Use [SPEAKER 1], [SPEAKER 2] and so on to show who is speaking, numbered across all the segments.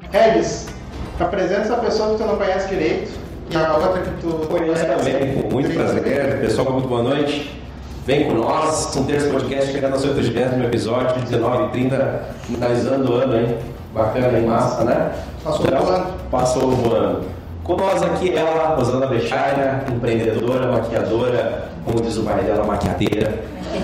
[SPEAKER 1] Regis, apresenta essa pessoa que tu não conhece direito e a outra que tu
[SPEAKER 2] conheço também, com muito prazer. Pessoal, muito boa noite. Vem com nós, um terço podcast, chegando ao seu 30º episódio, 19h30, finalizando o ano, hein? Bacana, hein? Massa, né? Passou voando. Com nós aqui ela, Rosana Bechaira, empreendedora, maquiadora, como diz o pai dela, maquiadeira.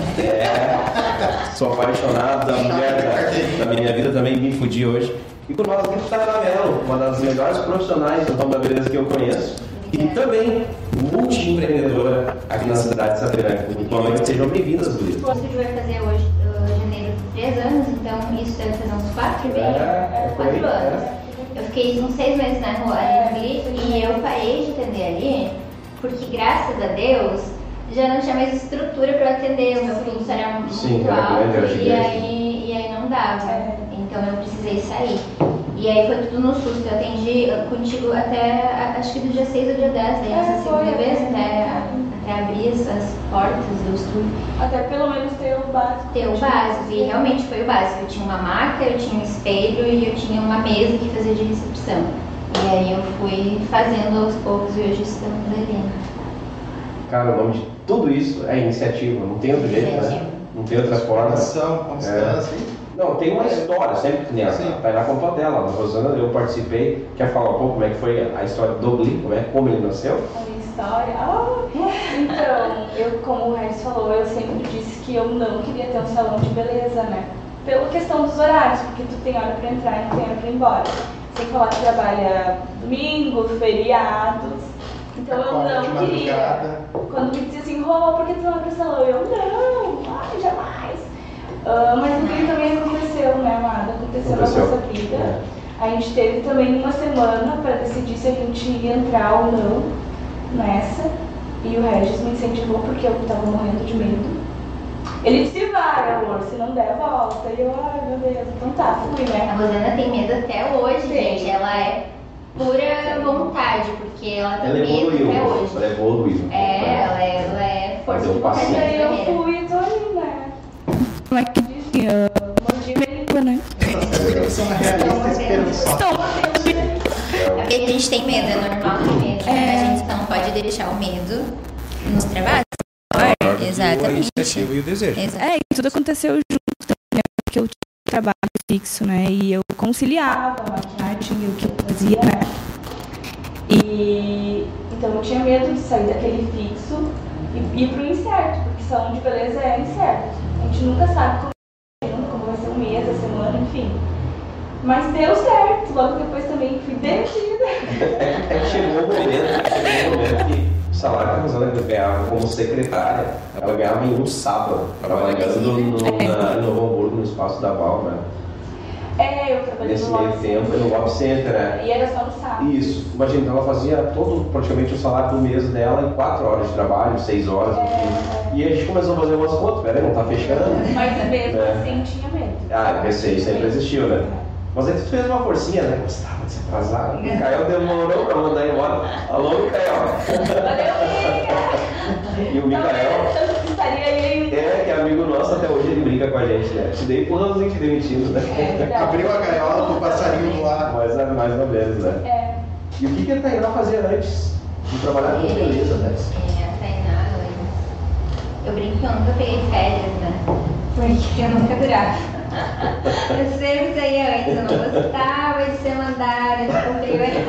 [SPEAKER 2] Sou apaixonado, a mulher da minha vida também, me fudi hoje. E com nós aqui está a Ana Mello, uma das melhores profissionais do ramo da beleza que eu conheço. E também multi-empreendedora aqui na cidade de Sapiranga. Muito boa noite, sejam bem-vindas, Gurias.
[SPEAKER 3] O estúdio vai fazer hoje, janeiro, 3 anos, então isso deve fazer uns 4 anos. Eu fiquei uns 6 meses na rua ali e eu parei de atender ali, porque graças a Deus já não tinha mais estrutura para atender, o meu fluxo era muito alto e aí não dava, então eu precisei sair. E aí foi tudo no susto, eu atendi contigo até, acho que do dia 6 ao dia 10, daí essa segunda vez, até abrir as portas do estúdio.
[SPEAKER 4] Até pelo menos ter o básico.
[SPEAKER 3] Ter o básico, e realmente foi o básico. Eu tinha uma maca, eu tinha um espelho e eu tinha uma mesa que fazia de recepção. E aí eu fui fazendo aos poucos e hoje estamos ali.
[SPEAKER 2] Cara, o nome de tudo isso é iniciativa, não tem outro jeito, né? Não tem outra forma.
[SPEAKER 1] Constância.
[SPEAKER 2] Não, tem uma história, sempre que nem a Tainá contou dela. A Rosana, eu participei. Quer falar um pouco como é que foi a história do Gli, como ele nasceu?
[SPEAKER 4] A minha história? Então, eu, como o Regis falou, eu sempre disse que eu não queria ter um salão de beleza, né? Pela questão dos horários, porque tu tem hora pra entrar e não tem hora pra ir embora. Sem falar que trabalha domingo, feriados. Então eu não queria. Quando me dizia assim, Rô, por que tu não vai pro salão? Eu, não, jamais. Mas o que também aconteceu, né, amada? Aconteceu na nossa vida. A gente teve também uma semana para decidir se a gente ia entrar ou não nessa. E o Regis me incentivou porque eu estava morrendo de medo. Ele disse, vai, amor, se não der, volta. E eu, ai meu Deus, então tá, fui, né?
[SPEAKER 3] A Rosana tem medo até hoje, gente. Ela é pura vontade, porque ela tem medo até hoje.
[SPEAKER 2] Ela evoluiu.
[SPEAKER 3] Ela é força de vontade.
[SPEAKER 4] E aí eu fui e tô ali, né? Como é que dizia? Mordi minha língua, né?
[SPEAKER 3] Porque a gente tem medo, é normal ter medo, né? A gente não pode deixar o medo nos travar. Exatamente.
[SPEAKER 2] A iniciativa e o desejo.
[SPEAKER 4] E tudo aconteceu junto, né? Porque eu tinha trabalho fixo, né? E eu conciliava a maquiagem e o que eu fazia, né? E então eu tinha medo de sair daquele fixo e ir pro incerto, porque salão de beleza é incerto. A gente nunca sabe como vai ser um mês, a semana, enfim. Mas deu certo. Logo depois também fui demitida.
[SPEAKER 2] É que chegou o momento que o salário que a Rosana ganhava como secretária, ela ganhava em um sábado, trabalhando no Novo Hamburgo, no espaço da Val, né?
[SPEAKER 4] Eu trabalhei
[SPEAKER 2] nesse meio tempo, no Web Center, né?
[SPEAKER 4] E era só no sábado.
[SPEAKER 2] Isso. Imagina, então ela fazia praticamente o salário do mês dela em 4 horas de trabalho, 6 horas. E a gente começou a fazer umas contas, peraí, não tá fechando.
[SPEAKER 4] Mas mesmo assim tinha medo.
[SPEAKER 2] Receio sempre existiu, né? Mas aí tu fez uma forcinha, né? Gostava de se atrasar. O Micael demorou pra mandar embora. Alô, Micael.
[SPEAKER 4] Valeu,
[SPEAKER 2] E o Micael
[SPEAKER 4] estaria aí.
[SPEAKER 2] que é amigo nosso até hoje, ele brinca com a gente, né? Te dei empurrãozinho te demitindo, né?
[SPEAKER 1] Abriu a gaiola com o passarinho no ar.
[SPEAKER 2] Mais ou menos, né? E o que a Tainá fazia antes de trabalhar com beleza, né?
[SPEAKER 3] A Tainá, eu brinco que eu nunca peguei férias, né? Porque eu nunca durava. Eu sempre saía antes, eu não gostava de ser mandada, de cumprir.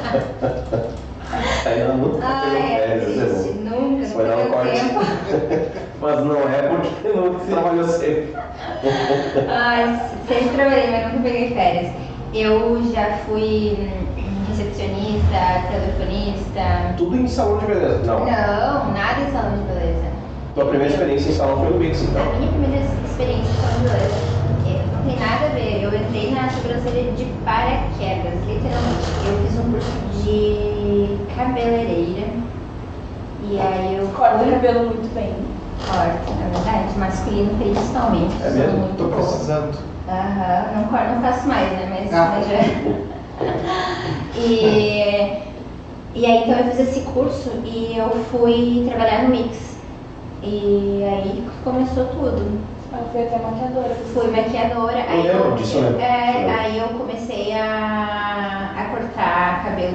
[SPEAKER 2] Tainá nunca pegou férias,
[SPEAKER 3] nunca pegou tempo.
[SPEAKER 2] Mas não é porque nunca trabalhou sempre.
[SPEAKER 3] Sempre trabalhei, mas nunca peguei férias. Eu já fui recepcionista, telefonista.
[SPEAKER 2] Tudo em salão de beleza? Não,
[SPEAKER 3] nada em salão de beleza.
[SPEAKER 2] Tua primeira experiência em salão foi no Mix, então?
[SPEAKER 3] A minha primeira experiência em salão de beleza não tem nada a ver. Eu entrei na sobrancelha de paraquedas, literalmente. Eu fiz um curso de cabeleireira. E aí eu
[SPEAKER 4] corto o cabelo muito bem.
[SPEAKER 3] Corto, na verdade, masculino principalmente.
[SPEAKER 2] É mesmo?
[SPEAKER 3] Muito
[SPEAKER 1] Tô precisando.
[SPEAKER 3] Não faço mais, né? Mas já. E aí então eu fiz esse curso e eu fui trabalhar no Mix. E aí começou tudo.
[SPEAKER 4] Eu fui até maquiadora.
[SPEAKER 3] Fui maquiadora.
[SPEAKER 2] Eu lembro disso, né?
[SPEAKER 3] Aí eu comecei a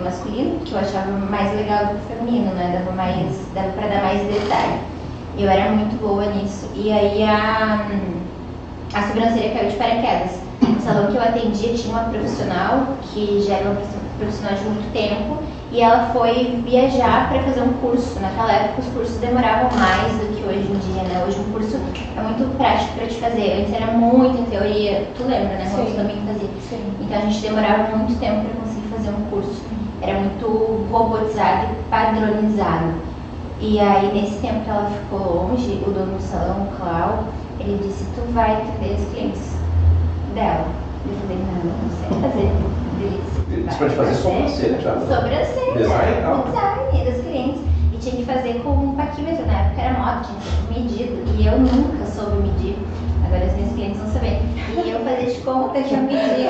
[SPEAKER 3] cabelo masculino, que eu achava mais legal do que o feminino, né? Dava pra dar mais detalhe. E eu era muito boa nisso. E aí a sobrancelha caiu de paraquedas. O salão que eu atendia tinha uma profissional, que já era uma profissional de muito tempo, e ela foi viajar para fazer um curso. Naquela época os cursos demoravam mais do que hoje em dia, né? Hoje um curso é muito prático para te fazer. Antes era muito em teoria, tu lembra, né? Como tu também fazia.
[SPEAKER 4] Sim.
[SPEAKER 3] Então a gente demorava muito tempo para conseguir fazer um curso. Era muito robotizado e padronizado. E aí nesse tempo que ela ficou longe, o dono do salão, o Clau, ele disse: tu vai atender os clientes dela. Eu falei: não sei fazer delícia.
[SPEAKER 2] Isso pra te fazer sobrancelha já.
[SPEAKER 3] Sobrancelha.
[SPEAKER 2] Design
[SPEAKER 3] dos clientes. E tinha que fazer com um paquímetro, na época era moda, tinha que ser medido. E eu nunca soube medir. Agora os meus clientes vão saber. E eu fazia de conta que eu media.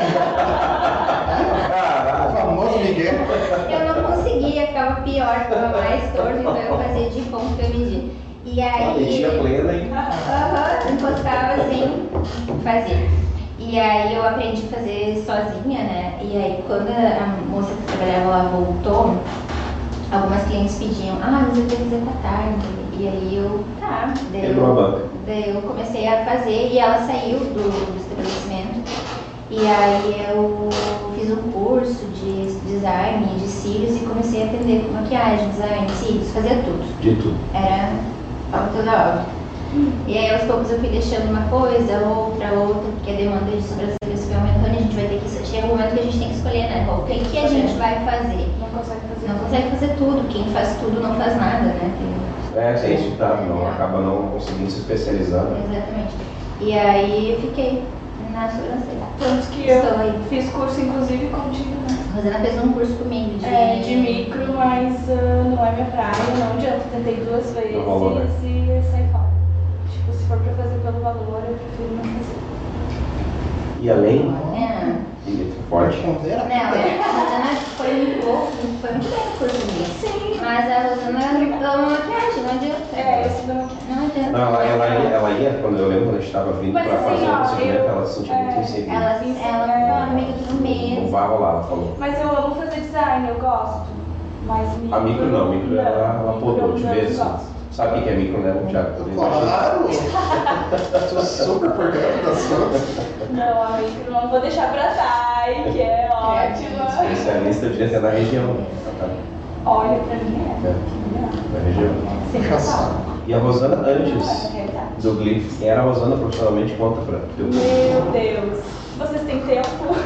[SPEAKER 1] O famoso Miguel.
[SPEAKER 3] Eu não conseguia, ficava pior, ficava mais torto, então eu fazia de conta que eu media. E aí.
[SPEAKER 2] Metia plena e.
[SPEAKER 3] Encostava assim, fazia. E aí eu aprendi a fazer sozinha, né? E aí quando a moça que trabalhava lá voltou, algumas clientes pediam: mas eu tenho que fazer pra tarde. E aí eu, tá. Daí eu comecei a fazer e ela saiu do estabelecimento. E aí eu fiz um curso de design, de cílios, e comecei a atender com maquiagem, design, cílios, fazia tudo.
[SPEAKER 2] De tudo.
[SPEAKER 3] Era toda hora. E aí aos poucos eu fui deixando uma coisa, outra, porque a demanda de sobrancelhas foi aumentando e a gente vai ter que... Chega um momento que a gente tem que escolher, né? O que a gente vai fazer? Não consegue fazer tudo. Quem faz tudo não faz nada, né?
[SPEAKER 2] É isso, tá? Acaba não conseguindo se especializar. Né?
[SPEAKER 3] Exatamente. E aí eu fiquei na sobrancelha.
[SPEAKER 4] Tanto que eu fiz curso, inclusive, contigo, né?
[SPEAKER 3] A Rosana fez um curso comigo
[SPEAKER 4] de micro, mas não é minha praia, não adianta. Tentei 2 vezes e saí fora. Tipo, se for pra fazer pelo valor, eu prefiro não fazer.
[SPEAKER 2] E além?
[SPEAKER 1] Forte.
[SPEAKER 3] Não, a Rosana foi muito boa, foi muito bem no curso comigo. Sim. Mas a Rosana ama maquiagem, não adianta.
[SPEAKER 4] Isso da maquiagem.
[SPEAKER 3] Não adianta.
[SPEAKER 2] Não, ela ia, quando eu lembro, quando a gente estava vindo pra fazer o procedimento, ela se sentia muito insegura.
[SPEAKER 3] Ela amiga do medo.
[SPEAKER 2] Não vai rolar, ela falou.
[SPEAKER 4] Mas eu amo fazer design, eu gosto. Mas
[SPEAKER 2] A micro não, micro ela podou de vez. Sabe o que é micro, né, Thiago?
[SPEAKER 1] Claro! Tô super por dentro das coisas.
[SPEAKER 4] Não, a micro não vou deixar pra Thay, que é ótima.
[SPEAKER 2] Especialista de ter na região.
[SPEAKER 4] Olha, pra mim
[SPEAKER 2] Na região. E a Rosana, antes do Glee, quem era a Rosana profissionalmente? Conta pra teu público.
[SPEAKER 4] Meu Deus, vocês têm tempo?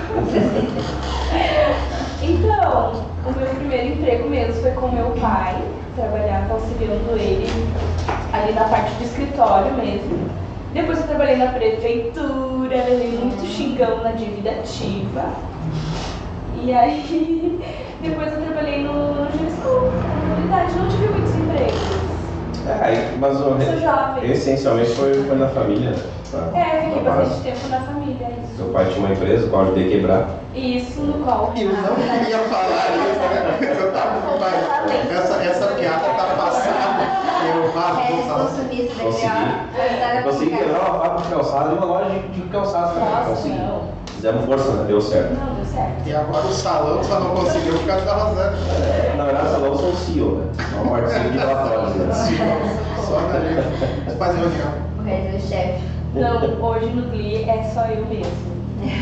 [SPEAKER 4] Então, o meu primeiro emprego mesmo foi com meu pai. Trabalhava auxiliando ele ali na parte do escritório mesmo. Depois eu trabalhei na prefeitura, levei muito xingão na dívida ativa. E aí, depois eu trabalhei no Gestão, na comunidade, não tive muitos empregos.
[SPEAKER 2] Mas
[SPEAKER 4] Sou jovem.
[SPEAKER 2] Essencialmente foi na família.
[SPEAKER 4] Fiquei bastante tempo na família. Isso.
[SPEAKER 2] Seu pai tinha uma empresa, qual eu ajudei a quebrar.
[SPEAKER 4] Isso, no qual.
[SPEAKER 1] Eu não queria falar isso, né? Eu tava com pai. Essa piada tá passada. Eu
[SPEAKER 2] consegui quebrar uma fábrica de calçado e uma loja de calçado também. Consegui. Fizemos força, né? Deu certo.
[SPEAKER 4] Não, deu certo.
[SPEAKER 1] E agora o salão só não conseguiu por causa da Rosana.
[SPEAKER 2] Na verdade, o salão eu sou o CEO, né? Não participo de relatórios.
[SPEAKER 1] Só na gente fazer reunião.
[SPEAKER 3] O resto é o chefe.
[SPEAKER 4] Não, hoje no Glee é só eu mesmo.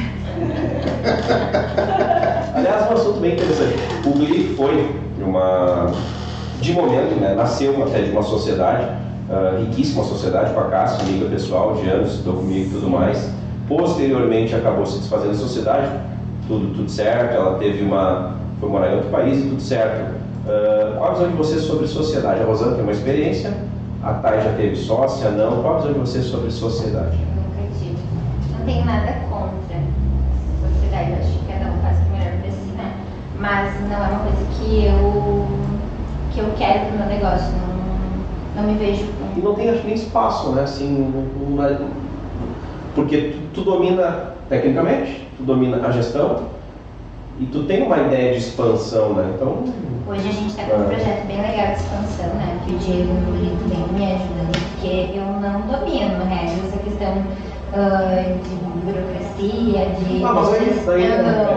[SPEAKER 2] Aliás, um assunto bem interessante. O Glee foi de momento, né, nasceu até de uma sociedade, riquíssima sociedade, com a Cássia, amiga pessoal de anos, estudou comigo e tudo mais. Posteriormente acabou se desfazendo da sociedade, tudo certo, ela foi morar em outro país e tudo certo. Qual a visão de vocês sobre sociedade? A Rosana tem uma experiência, a Thay já teve sócia, não? Qual a visão de vocês sobre sociedade?
[SPEAKER 3] Nunca tive. Não tenho nada contra a sociedade, eu acho que cada um faz o melhor pra si, né? Mas não é uma coisa que eu quero pro meu negócio, não me vejo com...
[SPEAKER 2] E não tem, acho, nem espaço, né? Assim, porque tu domina tecnicamente, tu domina a gestão e tu tem uma ideia de expansão, né? Então...
[SPEAKER 3] Hoje a gente está com um projeto bem legal de expansão, né? Que o Diego vem me ajuda, porque eu não domino regras, essa questão burocracia, de
[SPEAKER 1] mas aí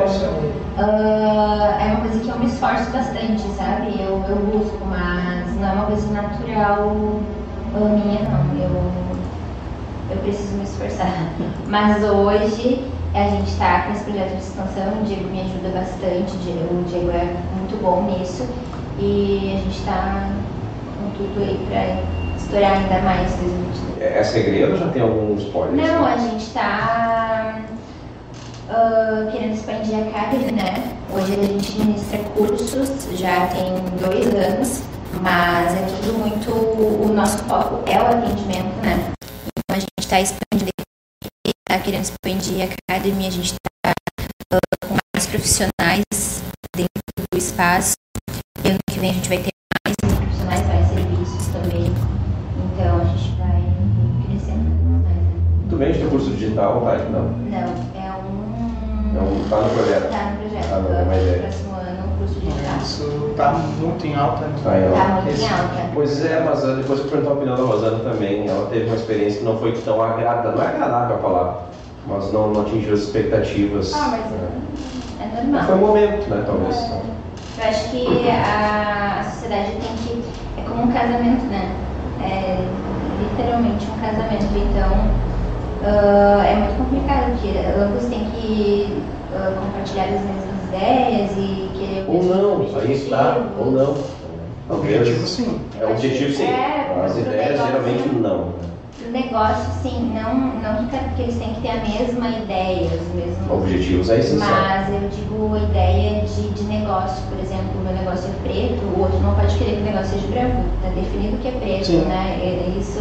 [SPEAKER 3] é uma coisa que eu me esforço bastante, sabe? Eu busco, mas não é uma coisa natural minha, não. Eu preciso me esforçar. Mas hoje a gente está com esse projeto de expansão, o Diego me ajuda bastante, o Diego é muito bom nisso e a gente está com tudo aí para estourar ainda mais 2022.
[SPEAKER 2] É segredo ou já tem algum spoiler?
[SPEAKER 3] Não, a gente está querendo expandir a Academy, né? Hoje a gente ministra cursos, já tem 2 anos, mas é tudo muito, o nosso foco é o atendimento, né? Então a gente está expandindo, está querendo expandir a Academy, a gente está com mais profissionais dentro do espaço. E ano que vem a gente vai ter mais profissionais, mais serviços também. Então a gente vai crescendo mais. Né?
[SPEAKER 2] Tu vende teu curso digital, tá? Não.
[SPEAKER 3] Não,
[SPEAKER 2] Tá no projeto.
[SPEAKER 3] Tá no projeto.
[SPEAKER 2] Ah, não, é uma ideia.
[SPEAKER 3] Próximo ano, o curso digital.
[SPEAKER 1] Isso tá muito em alta, né?
[SPEAKER 3] Tá muito em alta.
[SPEAKER 2] Pois é, mas depois que eu perguntar a opinião da Rosana também, ela teve uma experiência que não foi tão agradável, não é agradável a palavra, mas não atingiu as expectativas.
[SPEAKER 3] Mas é normal.
[SPEAKER 2] Foi um momento, né, talvez.
[SPEAKER 3] Eu acho que a sociedade tem que... É como um casamento, né? É literalmente um casamento. Então, é muito complicado, porque ambos têm que compartilhar as mesmas ideias e querer...
[SPEAKER 2] Ou não, aí está, ou não.
[SPEAKER 1] Objetivo sim.
[SPEAKER 2] É o objetivo sim. As ideias geralmente não.
[SPEAKER 3] O negócio, sim, não que eles têm que ter a mesma ideia, os mesmos
[SPEAKER 2] objetivos, é essencial.
[SPEAKER 3] Mas eu digo a ideia de negócio, por exemplo, o meu negócio é preto, o outro não pode querer que o negócio seja branco, está definido que é preto, sim. Né? Isso,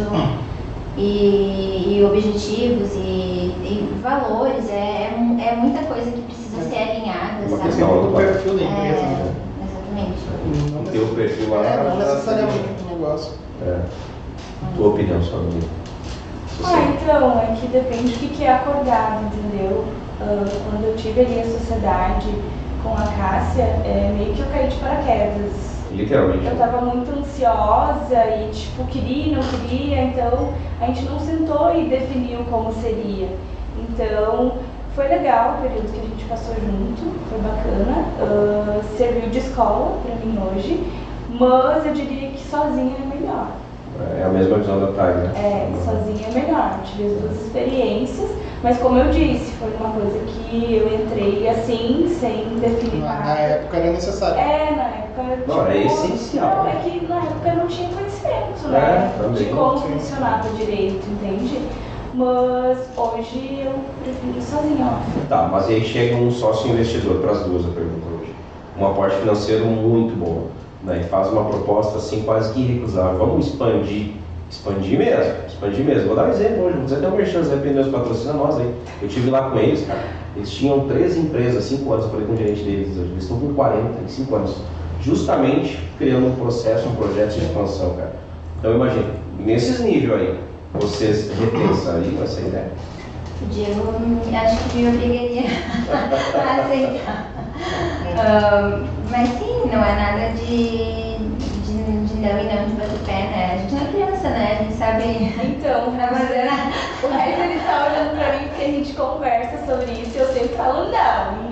[SPEAKER 3] e objetivos e valores, é muita coisa que precisa ser alinhada,
[SPEAKER 2] uma
[SPEAKER 3] sabe?
[SPEAKER 2] questão
[SPEAKER 1] do perfil da empresa, né?
[SPEAKER 3] Exatamente.
[SPEAKER 2] Não ter o perfil lá.
[SPEAKER 1] Não necessariamente do negócio.
[SPEAKER 2] Tua opinião sobre isso?
[SPEAKER 4] Então, é que depende do que é acordado, entendeu? Quando eu tive ali a sociedade com a Cássia, meio que eu caí de paraquedas.
[SPEAKER 2] Literalmente.
[SPEAKER 4] Eu tava muito ansiosa e, tipo, queria e não queria, então a gente não sentou e definiu como seria. Então, foi legal o período que a gente passou junto, foi bacana, serviu de escola pra mim hoje, mas eu diria que sozinha é melhor.
[SPEAKER 2] É a mesma visão da Thay, né?
[SPEAKER 4] Sozinha é melhor. Tive as 2 experiências, mas como eu disse, foi uma coisa que eu entrei assim, sem definir nada.
[SPEAKER 1] Na época era necessário.
[SPEAKER 4] Na época...
[SPEAKER 2] Não, é essencial.
[SPEAKER 4] Não, é que na época eu não tinha conhecimento, né? De como funcionava direito, entende? Mas hoje eu prefiro sozinha, ó.
[SPEAKER 2] Tá, mas aí chega um sócio investidor, para as duas a pergunta hoje. Um aporte financeiro muito bom. Né, e faz uma proposta assim quase que irrecusável. Vamos expandir mesmo. Vou dar um exemplo hoje, vou dizer até um merchan, Zé Pneus patrocina nós aí. Eu estive lá com eles, cara, eles tinham 13 empresas, 5 anos, eu falei com o gerente deles hoje, eles estão com 45 anos, justamente criando um processo, um projeto de expansão, cara. Então imagina, nesses níveis aí, vocês repensariam essa ideia?
[SPEAKER 3] O Diego, acho que me obrigaria a aceitar. Mas sim, não é nada de não e não de bater pé, né? A gente não é criança, né? A gente sabe.
[SPEAKER 4] Então, o resto ele tá olhando pra mim porque a gente conversa sobre isso e eu sempre falo não.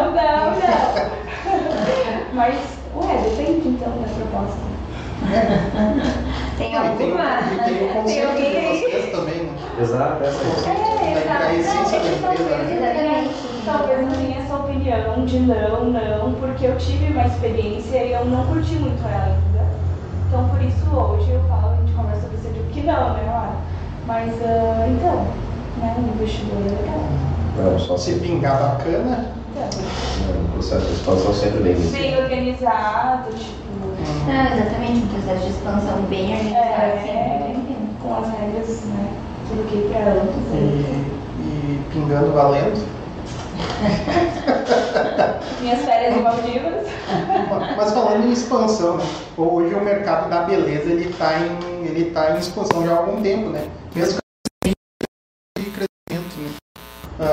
[SPEAKER 4] Mas, depende então da proposta.
[SPEAKER 3] Tem alguma?
[SPEAKER 1] Tem o conceito de vocês também, né?
[SPEAKER 2] Exato,
[SPEAKER 1] A essência da empresa.
[SPEAKER 3] Exatamente.
[SPEAKER 4] Talvez não tenha essa opinião de não, porque eu tive uma experiência e eu não curti muito ela ainda. Então por isso hoje eu falo, a gente conversa sobre isso, eu digo que não, né, Mara? Mas então, né, o investidor é legal.
[SPEAKER 2] Não, só
[SPEAKER 1] Se pingar bacana.
[SPEAKER 2] o processo de expansão sempre
[SPEAKER 4] bem organizado, tipo.
[SPEAKER 3] Exatamente, um processo de expansão bem organizado,
[SPEAKER 4] com as regras, né? Tudo que para outros.
[SPEAKER 1] E pingando valendo.
[SPEAKER 4] Minhas férias em Maldivas.
[SPEAKER 1] Mas falando em expansão, hoje o mercado da beleza ele tá em expansão já há algum tempo, né? Mesmo de crescimento, né?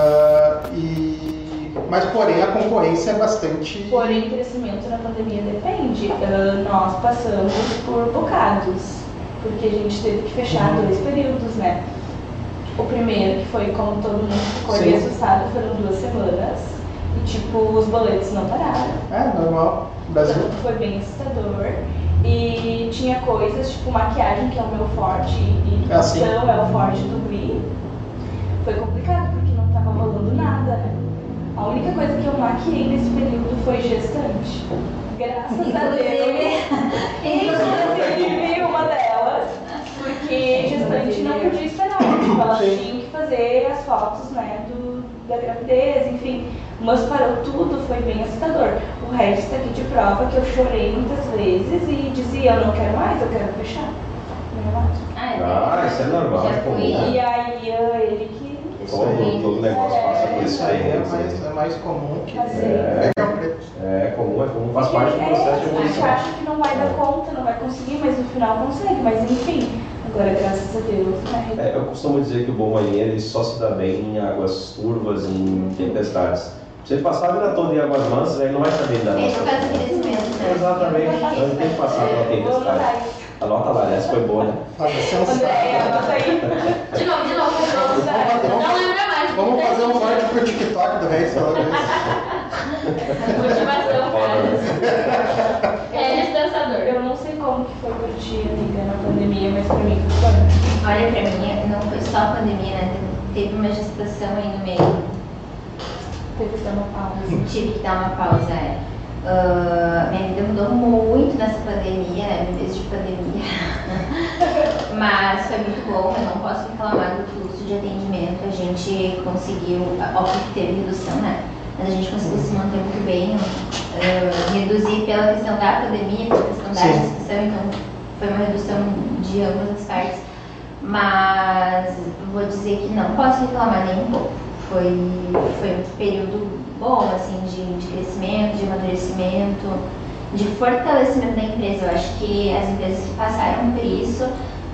[SPEAKER 1] Mas porém a concorrência é bastante.
[SPEAKER 4] Porém, crescimento na pandemia depende. Nós passamos por bocados, porque a gente teve que fechar 2 períodos, né? O primeiro, que foi como todo mundo ficou
[SPEAKER 1] Sim.
[SPEAKER 4] ali assustado, foram 2 semanas. E tipo, os boletos não pararam.
[SPEAKER 1] É normal. Brasil.
[SPEAKER 4] Então, foi bem assustador. E tinha coisas, tipo maquiagem, que é o meu forte, e
[SPEAKER 1] Sim.
[SPEAKER 4] então é o forte do Glee. Foi complicado, porque não tava rolando nada, né? A única coisa que eu maquiei nesse período foi gestante. Graças a Deus. Inclusive uma delas, porque gestante não podia esperar. Tipo, ela
[SPEAKER 1] Sim.
[SPEAKER 4] tinha que fazer as fotos, né, da gravidez, enfim. Mas parou tudo, foi bem assustador. O Regis está aqui de prova que eu chorei muitas vezes e dizia, eu não quero mais, eu quero fechar. Não é mais.
[SPEAKER 2] Isso é normal,
[SPEAKER 3] Já
[SPEAKER 2] é comum.
[SPEAKER 3] fui.
[SPEAKER 4] E aí ele que
[SPEAKER 2] Todo negócio passa por isso
[SPEAKER 1] Isso aí
[SPEAKER 2] aí.
[SPEAKER 1] é mais comum que
[SPEAKER 4] fazer.
[SPEAKER 1] feijão preto.
[SPEAKER 2] É comum, faz parte do processo de
[SPEAKER 4] A gente
[SPEAKER 2] evolução.
[SPEAKER 4] acha que não vai dar conta, não vai conseguir, mas no final consegue. Mas enfim, agora graças a Deus, né?
[SPEAKER 2] Eu costumo dizer que o bom marinheiro ele só se dá bem em águas turvas, em tempestades. Se ele passar a vida toda em águas mansas, ele não vai saber dar
[SPEAKER 3] Esse
[SPEAKER 2] nossa.
[SPEAKER 3] faz o crescimento, né?
[SPEAKER 2] Exatamente, então ele tem que passar pela tempestade. Anota lá, essa foi boa, né?
[SPEAKER 1] Faz sensacional.
[SPEAKER 4] André, anota aí.
[SPEAKER 3] De novo. Não lembra mais.
[SPEAKER 1] Vamos fazer um corte pro TikTok do Reis falando isso.
[SPEAKER 3] Motivação,
[SPEAKER 2] Foda,
[SPEAKER 3] cara. É descansador.
[SPEAKER 4] Eu não sei como que foi por ti, amiga, na pandemia, mas pra mim foi.
[SPEAKER 3] Olha, pra mim, não foi só a pandemia, né? Teve uma gestação aí no meio.
[SPEAKER 4] Teve que dar uma pausa.
[SPEAKER 3] Tive que dar uma pausa, minha vida mudou muito nessa pandemia, né? No mês de pandemia. Mas foi muito bom, eu não posso reclamar do fluxo de atendimento. A gente conseguiu, óbvio que teve redução, né? Mas a gente conseguiu se manter muito bem, reduzir pela questão da pandemia, pela questão da
[SPEAKER 1] Sim.
[SPEAKER 3] gestação, então foi uma redução de ambas as partes. Mas vou dizer que não posso reclamar nem um pouco. Foi um período bom, assim, de crescimento, de amadurecimento, de fortalecimento da empresa. Eu acho que as empresas que passaram por isso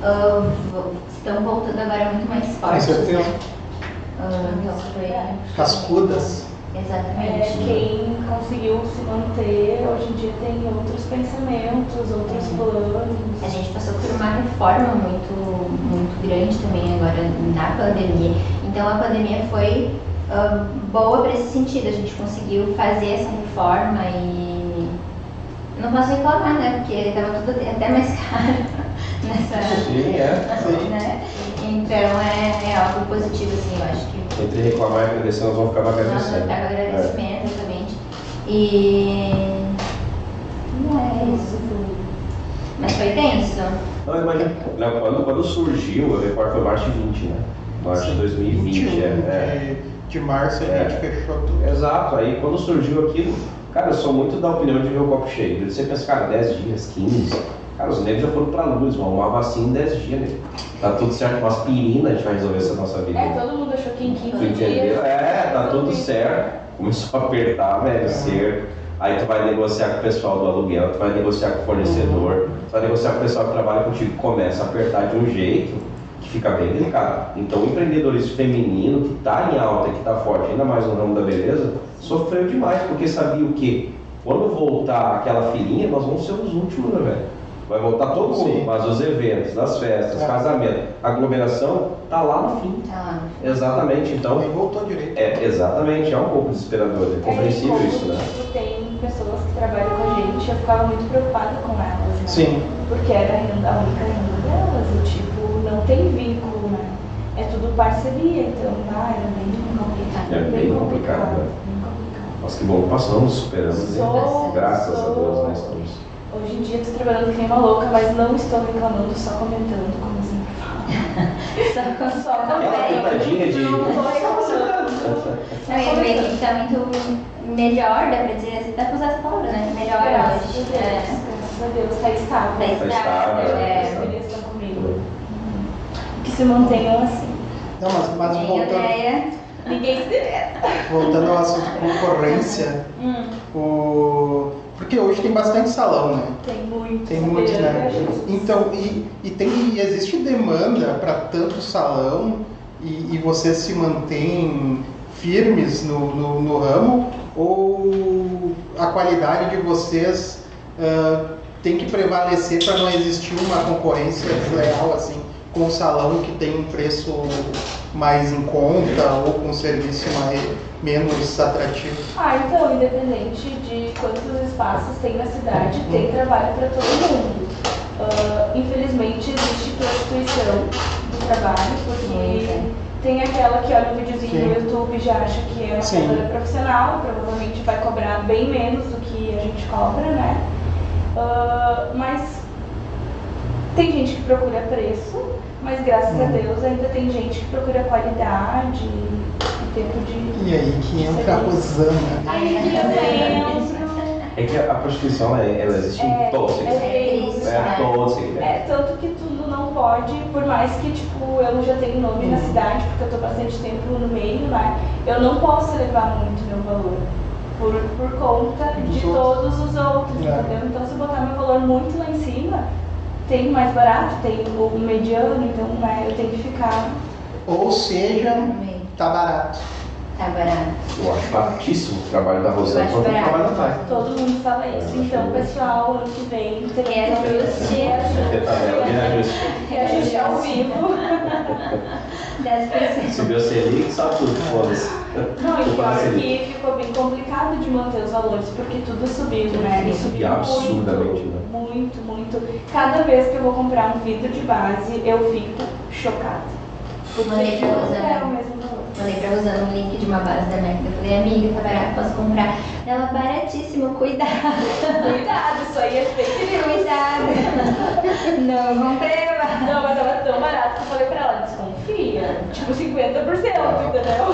[SPEAKER 3] estão voltando agora muito mais
[SPEAKER 1] Com
[SPEAKER 3] fortes.
[SPEAKER 1] certeza.
[SPEAKER 3] Então foi...
[SPEAKER 1] Cascudas.
[SPEAKER 3] Exatamente.
[SPEAKER 4] Quem conseguiu se manter, hoje em dia tem outros pensamentos, outros planos.
[SPEAKER 3] A gente passou por uma reforma muito grande também agora na pandemia. Então a pandemia foi boa para esse sentido. A gente conseguiu fazer essa reforma e não posso reclamar, né? Porque estava tudo até mais caro nessa.
[SPEAKER 2] Sim,
[SPEAKER 1] Sim.
[SPEAKER 3] Né? Então é algo positivo, assim, eu acho que.
[SPEAKER 2] Entre reclamar e agradecer, nós vamos ficar
[SPEAKER 3] Nossa,
[SPEAKER 2] agradecendo.
[SPEAKER 3] eu agradecimento, exatamente. E. Não é isso. Mas foi tenso.
[SPEAKER 2] Não, imagina, quando surgiu, eu recordo foi março de 20, né? Março de 2020,
[SPEAKER 1] 21 de março a gente fechou tudo.
[SPEAKER 2] Exato, aí quando surgiu aquilo, cara, eu sou muito da opinião de ver o copo cheio. Você pensa, cara, 10 dias, 15, cara, os negros já foram pra luz, vão arrumar vacina em 10 dias, né? Tá tudo certo, com aspirina a gente vai resolver essa nossa vida.
[SPEAKER 4] Todo mundo achou que em 15
[SPEAKER 2] Tu entendeu?
[SPEAKER 4] dias.
[SPEAKER 2] Tá tudo certo. Começou a apertar, velho, ser. Aí tu vai negociar com o pessoal do aluguel, tu vai negociar com o fornecedor, tu vai negociar com o pessoal que trabalha contigo, começa a apertar de um jeito que fica bem delicado. Então o empreendedorismo feminino que tá em alta, que tá forte, ainda mais no ramo da beleza, sofreu demais, porque sabia o quê? Quando voltar aquela filhinha, nós vamos ser os últimos, né, velho? Vai voltar todo mundo,
[SPEAKER 1] Sim.
[SPEAKER 2] mas os eventos, das festas, casamentos, aglomeração, tá lá no fim.
[SPEAKER 3] Tá lá.
[SPEAKER 2] Exatamente, então,
[SPEAKER 1] Nem voltou direito.
[SPEAKER 2] exatamente, é um pouco desesperador, é compreensível
[SPEAKER 4] como,
[SPEAKER 2] isso, né?
[SPEAKER 4] Tipo, tem pessoas que trabalham com a gente, eu ficava muito preocupada com elas, né?
[SPEAKER 1] Sim.
[SPEAKER 4] Porque era a única renda delas, e tipo, não tem vínculo, né? É tudo parceria, então, era bem complicado.
[SPEAKER 2] É bem complicado, né?
[SPEAKER 4] Bem complicado.
[SPEAKER 2] Mas que bom que passamos, superamos, né? Graças a Deus, né? Estamos...
[SPEAKER 4] Hoje em dia estou trabalhando que nem uma louca, mas não estou reclamando, só comentando, como eu sempre falo. Só
[SPEAKER 2] Aquela pitadinha de...
[SPEAKER 4] Não estou reclamando.
[SPEAKER 3] Não, e a tua equipe tá muito melhor, dá pra dizer, dá pra usar essa palavra, né? Melhor
[SPEAKER 4] Graças
[SPEAKER 3] hoje.
[SPEAKER 4] a Deus, está estável.
[SPEAKER 3] Tá estável,
[SPEAKER 4] As meninas estão comigo. Que se mantenham assim.
[SPEAKER 1] Não, mas
[SPEAKER 3] E aí, Andréia?
[SPEAKER 4] Ninguém se diverte.
[SPEAKER 1] voltando ao assunto concorrência, porque hoje tem bastante salão, né?
[SPEAKER 4] Tem muito.
[SPEAKER 1] Tem muitos, né?
[SPEAKER 4] Jesus.
[SPEAKER 1] Então, existe demanda para tanto salão e vocês se mantêm firmes no ramo, ou a qualidade de vocês tem que prevalecer para não existir uma concorrência desleal assim, com o salão que tem um preço mais em conta ou com um serviço menos atrativo?
[SPEAKER 4] Então, independente de quantos espaços tem na cidade, tem trabalho para todo mundo. Infelizmente existe prostituição do trabalho, porque tem aquela que olha um videozinho no YouTube e já acha que é uma cantora profissional, provavelmente vai cobrar bem menos do que a gente cobra, né? Mas tem gente que procura preço, mas graças a Deus ainda tem gente que procura qualidade e tempo de...
[SPEAKER 1] E aí que entra a Rosana.
[SPEAKER 4] Aí que eu entro...
[SPEAKER 2] É que a prostituição, ela existe em todos os segmentos.
[SPEAKER 4] Tanto que tudo não pode, por mais que tipo, eu já tenho nome na cidade, porque eu tô bastante tempo no meio, né? Eu não posso elevar muito meu valor. Por conta de todos os outros, entendeu? Então se eu botar meu valor muito lá em cima, tem o mais barato, tem o mediano, então né, eu tenho que ficar...
[SPEAKER 1] Ou seja, tá barato.
[SPEAKER 3] Tá barato.
[SPEAKER 2] Eu acho baratíssimo o trabalho da Rosana.
[SPEAKER 3] Eu acho barato.
[SPEAKER 4] Todo mundo fala isso. Então, pessoal, ano que vem
[SPEAKER 3] É
[SPEAKER 4] ajuste ao vivo.
[SPEAKER 3] 10%.
[SPEAKER 2] Subiu a Selic, sabe tudo, foda-se.
[SPEAKER 4] Não, e pior que ficou bem complicado de manter os valores, porque tudo subiu, né? E subiu
[SPEAKER 2] absurdamente, né?
[SPEAKER 4] Muito. Cada vez que eu vou comprar um vidro de base, eu fico chocada. Porque
[SPEAKER 3] Mandei pra Rosana.
[SPEAKER 4] É o mesmo valor.
[SPEAKER 3] Mandei pra Rosana um link de uma base da Merck. Eu falei, amiga, tá barato, posso comprar? Ela, baratíssimo, cuidado.
[SPEAKER 4] Cuidado, isso aí é fake news.
[SPEAKER 3] Cuidado. Não comprei,
[SPEAKER 4] Não, mas tava tão barato que eu falei pra ela, desconfia. Tipo 50%, entendeu?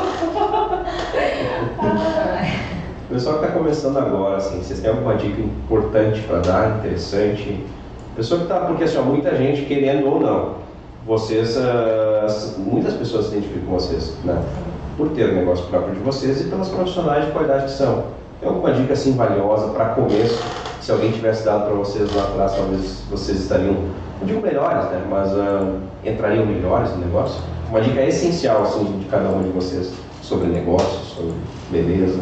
[SPEAKER 2] O pessoal que está começando agora, assim, vocês têm alguma dica importante para dar, interessante? Pessoa que está, porque assim, muita gente querendo ou não, vocês, muitas pessoas se identificam com vocês, né? Por ter o negócio próprio de vocês e pelas profissionais de qualidade que são. Tem alguma dica assim valiosa para começo? Se alguém tivesse dado para vocês lá atrás, talvez vocês estariam, não digo melhores, né? Mas entrariam melhores no negócio? Uma dica essencial assim de cada um de vocês sobre negócio, sobre beleza.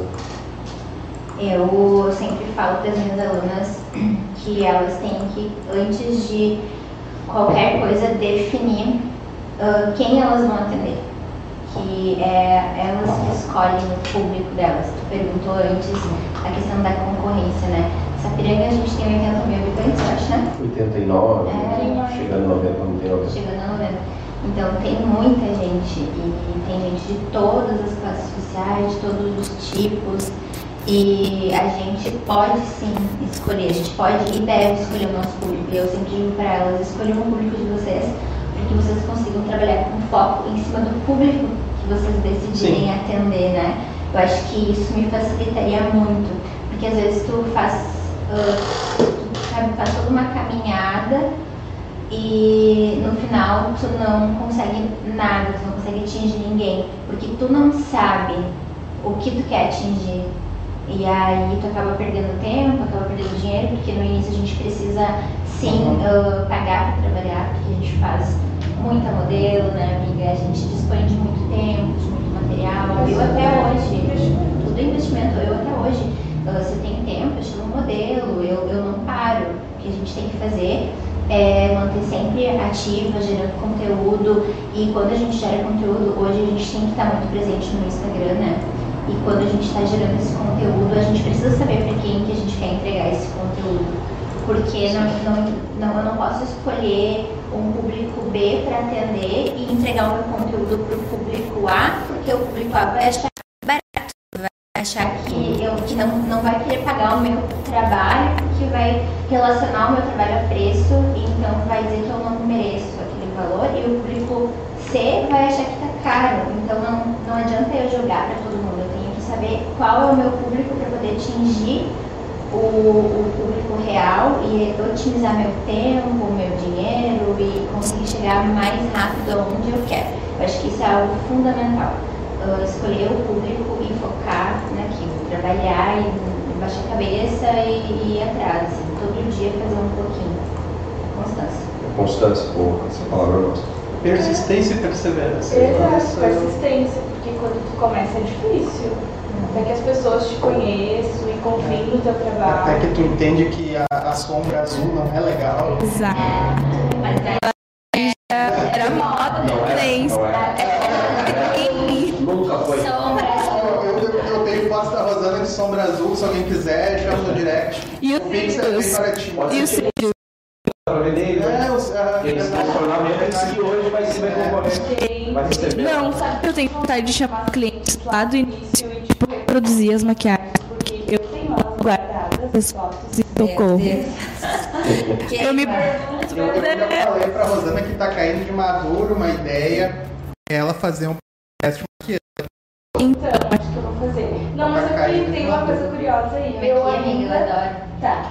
[SPEAKER 3] Eu sempre falo para as minhas alunas que elas têm que, antes de qualquer coisa, definir quem elas vão atender. Que elas que escolhem o público delas. Tu perguntou antes a questão da concorrência, né? Sapiranga a gente tem 80 mil habitantes, eu acho, né?
[SPEAKER 2] 89, chegando a 90, não tem 90.
[SPEAKER 3] Chegando a 90. Então tem muita gente, e tem gente de todas as classes sociais, de todos os tipos. E a gente pode sim escolher, a gente pode e deve escolher o nosso público. E eu sempre digo para elas, escolham o público de vocês, para que vocês consigam trabalhar com foco em cima do público que vocês decidirem atender, né? Eu acho que isso me facilitaria muito, porque às vezes tu faz toda uma caminhada e no final tu não consegue nada, tu não consegue atingir ninguém, porque tu não sabe o que tu quer atingir. E aí tu acaba perdendo tempo, acaba perdendo dinheiro, porque no início a gente precisa sim pagar para trabalhar, porque a gente faz muita modelo, né, amiga? A gente dispõe de muito tempo, de muito material. Eu até hoje, tudo é investimento, eu até hoje, se tem tempo, eu chamo modelo, eu não paro. O que a gente tem que fazer é manter sempre ativa, gerando conteúdo. E quando a gente gera conteúdo, hoje a gente tem que estar muito presente no Instagram, né? E quando a gente está gerando esse conteúdo, a gente precisa saber para quem que a gente quer entregar esse conteúdo. Porque eu não posso escolher um público B para atender e entregar o meu conteúdo para o público A, porque o público A vai achar barato, vai achar que não vai querer pagar o meu trabalho, que vai relacionar o meu trabalho a preço, e então vai dizer que eu não mereço aquele valor, e o público C vai achar que está caro. Então não adianta eu jogar para todo mundo, eu tenho que saber qual é o meu público para poder atingir o público real e otimizar meu tempo, meu dinheiro e conseguir chegar mais rápido aonde eu quero. Eu acho que isso é algo fundamental. Escolher o público e focar naquilo, trabalhar e baixar a cabeça e ir atrás, assim, todo dia fazer um pouquinho. Constância.
[SPEAKER 2] Constância, essa palavra eu gosto.
[SPEAKER 1] Persistência e perseverança.
[SPEAKER 4] Exato, persistência, porque quando tu começa é difícil. Até que as pessoas te conheçam e confiem no teu trabalho.
[SPEAKER 1] Até que tu entende que a sombra azul não é legal.
[SPEAKER 5] Exato.
[SPEAKER 3] Mas
[SPEAKER 5] Era moda,
[SPEAKER 2] Não é.
[SPEAKER 1] Tem fotos da Rosana de sombra azul, se alguém quiser, chama no direct.
[SPEAKER 5] E
[SPEAKER 1] o Pix é bem baratinho.
[SPEAKER 5] E o cílios?
[SPEAKER 2] Para vender, eles transformaram mesmo que hoje vai ser concorrente. Vai receber.
[SPEAKER 5] Não, sabe que eu tenho vontade de chamar clientes lá do início e tipo, produzir as maquiagens, porque eu tenho elas guardadas, as fotos e socorro. Eu me pergunto.
[SPEAKER 1] Eu já falei pra Rosana que tá caindo de maduro uma ideia ela fazer um podcast de maquiagem.
[SPEAKER 4] Então, acho que eu vou fazer. Não, mas aqui tem uma coisa curiosa aí.
[SPEAKER 3] Eu adoro.
[SPEAKER 4] Tá.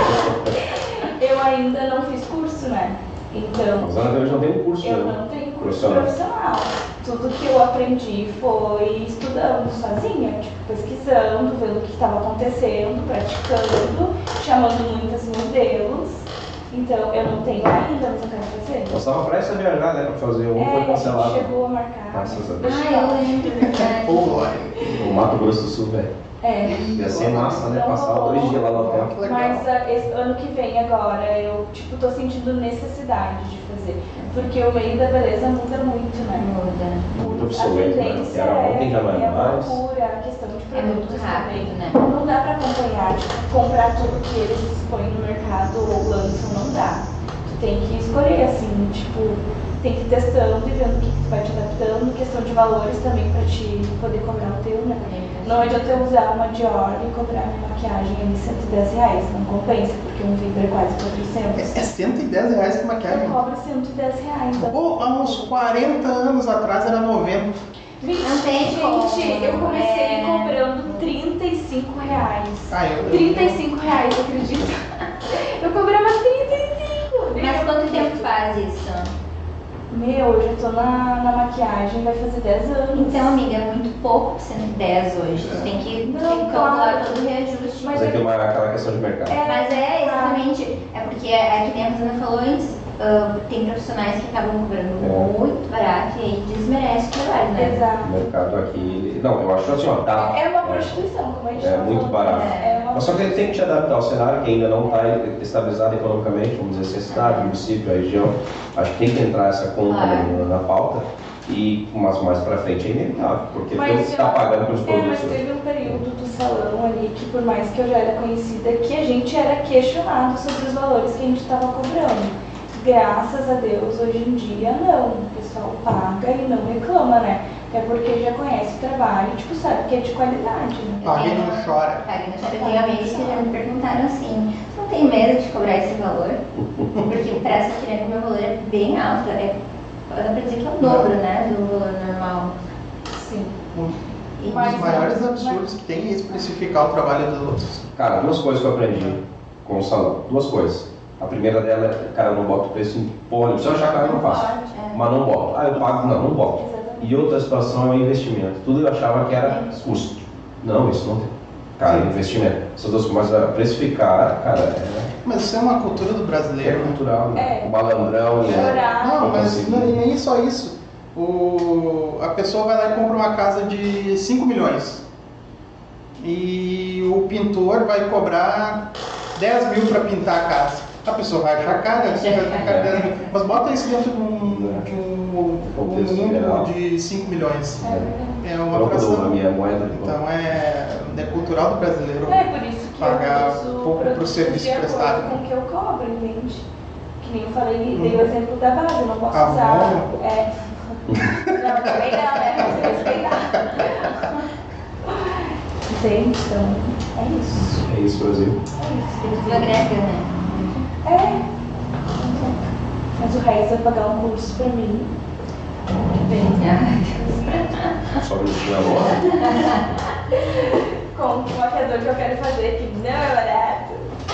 [SPEAKER 4] Eu ainda não fiz curso, né? Então.
[SPEAKER 2] Rosana hoje não tem um curso.
[SPEAKER 4] Eu não tenho curso profissional. Tudo que eu aprendi foi estudando sozinha, tipo, pesquisando, vendo o que estava acontecendo, praticando, chamando muitos modelos. Então, eu não tenho ainda, mas eu quero fazer.
[SPEAKER 2] Nós estávamos prestes a viajar, né? Pra fazer um, foi
[SPEAKER 4] A
[SPEAKER 2] cancelado.
[SPEAKER 4] gente chegou a marcar.
[SPEAKER 2] Graças a Deus.
[SPEAKER 3] Eu lembro, verdade.
[SPEAKER 2] O Mato Grosso do Sul, velho. Ia ser massa, né? Passar 2 dias lá no hotel.
[SPEAKER 4] Mas esse ano que vem agora, eu, tipo, tô sentindo necessidade de fazer. Porque o meio da beleza muda muito, né?
[SPEAKER 2] Muito
[SPEAKER 4] A
[SPEAKER 2] obsoleto, né?
[SPEAKER 4] tendência
[SPEAKER 2] Era ontem, já não é
[SPEAKER 4] a
[SPEAKER 2] mais.
[SPEAKER 4] procura, a questão de
[SPEAKER 3] É muito
[SPEAKER 4] produtos
[SPEAKER 3] rápido,
[SPEAKER 4] também.
[SPEAKER 3] né?
[SPEAKER 4] Não dá pra acompanhar, tipo, comprar tudo que eles expõem no mercado ou lançam, não dá. Tu tem que escolher, assim, tipo, tem que ir testando e vendo o que tu vai te adaptando, questão de valores também pra te poder cobrar o teu, né? Não adianta eu usar uma Dior e cobrar minha maquiagem ali R$110, não compensa, porque um vidro é quase 400.
[SPEAKER 1] É R$110 por
[SPEAKER 4] Eu
[SPEAKER 1] maquiagem.
[SPEAKER 4] cobro R$110.
[SPEAKER 1] Ou há uns 40 anos atrás era 90.
[SPEAKER 3] Não tem como,
[SPEAKER 4] Gente, eu comecei
[SPEAKER 3] é.
[SPEAKER 4] cobrando R$35.
[SPEAKER 1] Eu
[SPEAKER 4] R$35, acredita? Eu cobrava 35.
[SPEAKER 3] Mas quanto tempo faz isso?
[SPEAKER 4] Meu, eu já tô na maquiagem, vai fazer 10 anos.
[SPEAKER 3] Então, amiga, é muito pouco 110 hoje. Tu tem que calcular todo o reajuste.
[SPEAKER 2] Mas é que aquela questão de mercado.
[SPEAKER 3] Mas é exatamente, é porque é que nem a Rosana falou antes, tem profissionais que acabam cobrando muito barato e aí desmerece o trabalho, né?
[SPEAKER 4] Exato.
[SPEAKER 2] O mercado aqui. Não, eu acho assim, ó, tá.
[SPEAKER 4] É uma prostituição, como a gente
[SPEAKER 2] É
[SPEAKER 4] tava
[SPEAKER 2] muito
[SPEAKER 4] falando.
[SPEAKER 2] barato.
[SPEAKER 4] É uma
[SPEAKER 2] Mas só que ele tem que te adaptar ao cenário que ainda não está estabilizado economicamente, vamos dizer assim, a cidade, o município, a região. Acho que tem que entrar essa conta na pauta, mas mais para frente é inevitável, porque tem que estar pagando pelos produtos.
[SPEAKER 4] Mas teve um período do salão ali que, por mais que eu já era conhecida, que a gente era questionado sobre os valores que a gente estava cobrando. Graças a Deus, hoje em dia, não. O pessoal paga e não reclama, né? Até porque já conhece o trabalho, tipo, sabe que é de qualidade, né?
[SPEAKER 1] Paga e não chora.
[SPEAKER 3] Eu tenho amigos que já me perguntaram assim, você não tem medo de cobrar esse valor? Porque para essa cliente o meu valor é bem alto, dá pra dizer que é o dobro, né, do valor normal.
[SPEAKER 4] Sim.
[SPEAKER 1] Um dos maiores absurdos que tem é especificar o trabalho dos outros.
[SPEAKER 2] Cara, 2 coisas que eu aprendi com o salão. 2 coisas. A primeira dela é, cara, eu não boto preço em porra. Se eu achar caro, eu não faço. Mas não boto. Eu pago, não boto. E outra situação é o investimento. Tudo eu achava que era custo. Não, isso não tem. Cara, investimento. Essas 2 coisas, mas precificar, cara,
[SPEAKER 1] Mas isso é uma cultura do
[SPEAKER 2] é
[SPEAKER 1] brasileiro.
[SPEAKER 2] cultural, né?
[SPEAKER 4] É.
[SPEAKER 2] O malandrão, né?
[SPEAKER 1] Não, mas nem só isso. A pessoa vai lá e compra uma casa de 5 milhões. E o pintor vai cobrar 10 mil para pintar a casa. A pessoa vai achar cara, vai ficar 10 mil. Mas bota isso dentro de um mundo de 5 milhões. É uma
[SPEAKER 2] Troco da
[SPEAKER 1] fração.
[SPEAKER 2] minha moeda.
[SPEAKER 1] Então é cultural do brasileiro.
[SPEAKER 4] É por isso que
[SPEAKER 1] Pagar
[SPEAKER 4] eu faço
[SPEAKER 1] pouco pro
[SPEAKER 4] produtos
[SPEAKER 1] serviço
[SPEAKER 4] de acordo
[SPEAKER 1] prestado.
[SPEAKER 4] com o que eu cobro, entende? Que nem eu falei, dei o exemplo da base, eu não posso
[SPEAKER 1] Ah,
[SPEAKER 4] usar.
[SPEAKER 1] bom.
[SPEAKER 4] Não, também não, né? Você respeitar. Entende? Então, é isso.
[SPEAKER 2] É isso, Brasil.
[SPEAKER 3] Tudo agrega, né?
[SPEAKER 4] É. Mas o Raiz vai pagar um curso pra mim.
[SPEAKER 2] Só um minutinho agora.
[SPEAKER 4] Com o maquiador que eu quero fazer, que não é barato.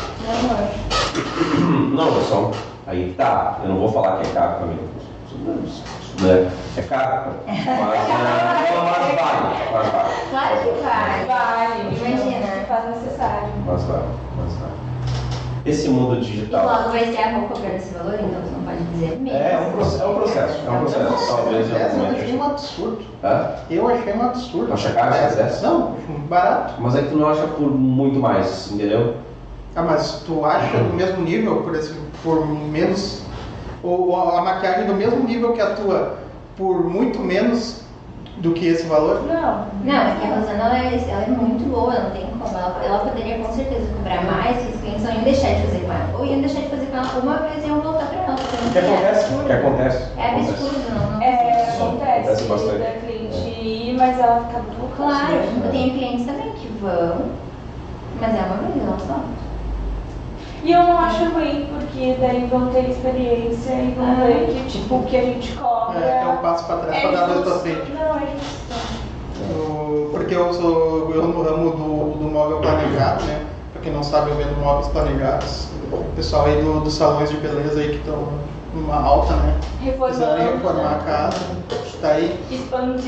[SPEAKER 2] Não, só. Aí tá. Eu não vou falar que é caro também. Né? É caro. Mas vale.
[SPEAKER 3] Claro que vai.
[SPEAKER 4] Vale,
[SPEAKER 3] Imagina.
[SPEAKER 4] se faz necessário.
[SPEAKER 2] Mas vale. Esse mundo
[SPEAKER 3] E
[SPEAKER 2] digital.
[SPEAKER 3] logo vai ser a roupa cobrando esse valor, então você não pode dizer mesmo.
[SPEAKER 2] É um processo. Talvez em algum
[SPEAKER 1] Eu achei
[SPEAKER 2] momento.
[SPEAKER 1] um absurdo.
[SPEAKER 2] Hã?
[SPEAKER 1] Eu achei um absurdo.
[SPEAKER 2] Acha caro essa?
[SPEAKER 1] Não, barato.
[SPEAKER 2] Mas é que tu não acha por muito mais, entendeu?
[SPEAKER 1] Ah, mas tu acha do mesmo nível, por menos, ou a maquiagem do mesmo nível que a tua, por muito menos, do que esse valor?
[SPEAKER 4] Não.
[SPEAKER 3] Não, é que a Rosana ela é muito boa, não tem como. Ela poderia com certeza cobrar mais, que os clientes não iam deixar de fazer com ela. Ou iam deixar de fazer com ela uma vez e iam voltar pra ela.
[SPEAKER 2] O que acontece?
[SPEAKER 3] É absurdo, não.
[SPEAKER 4] Acontece
[SPEAKER 2] bastante.
[SPEAKER 4] da cliente ir, mas ela fica muito
[SPEAKER 3] Claro, eu tenho clientes também que vão, mas é uma vez, não só.
[SPEAKER 4] E eu não acho ruim, porque daí vão ter experiência e vão ver que tipo, o que a gente cobra.
[SPEAKER 1] É um passo para trás para dar dois para frente.
[SPEAKER 4] Não, é justo.
[SPEAKER 1] Porque eu no ramo do móvel planejado, né? Para quem não sabe, eu vendo móveis planejados. O pessoal aí dos salões de beleza aí que estão numa alta, né? Precisando reformar a casa, está aí.
[SPEAKER 4] Expandindo.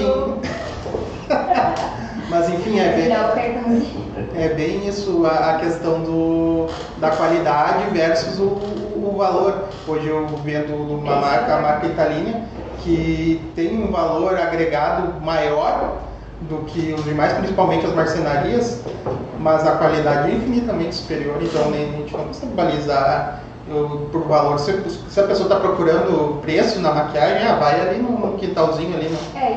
[SPEAKER 1] Mas enfim, é bem isso, a questão da qualidade versus o valor. Hoje eu vendo uma marca, a marca Italina, que tem um valor agregado maior do que os demais, principalmente as marcenarias, mas a qualidade é infinitamente superior, então a gente não precisa balizar por valor. Se a pessoa está procurando preço na maquiagem, vai ali no quintalzinho ali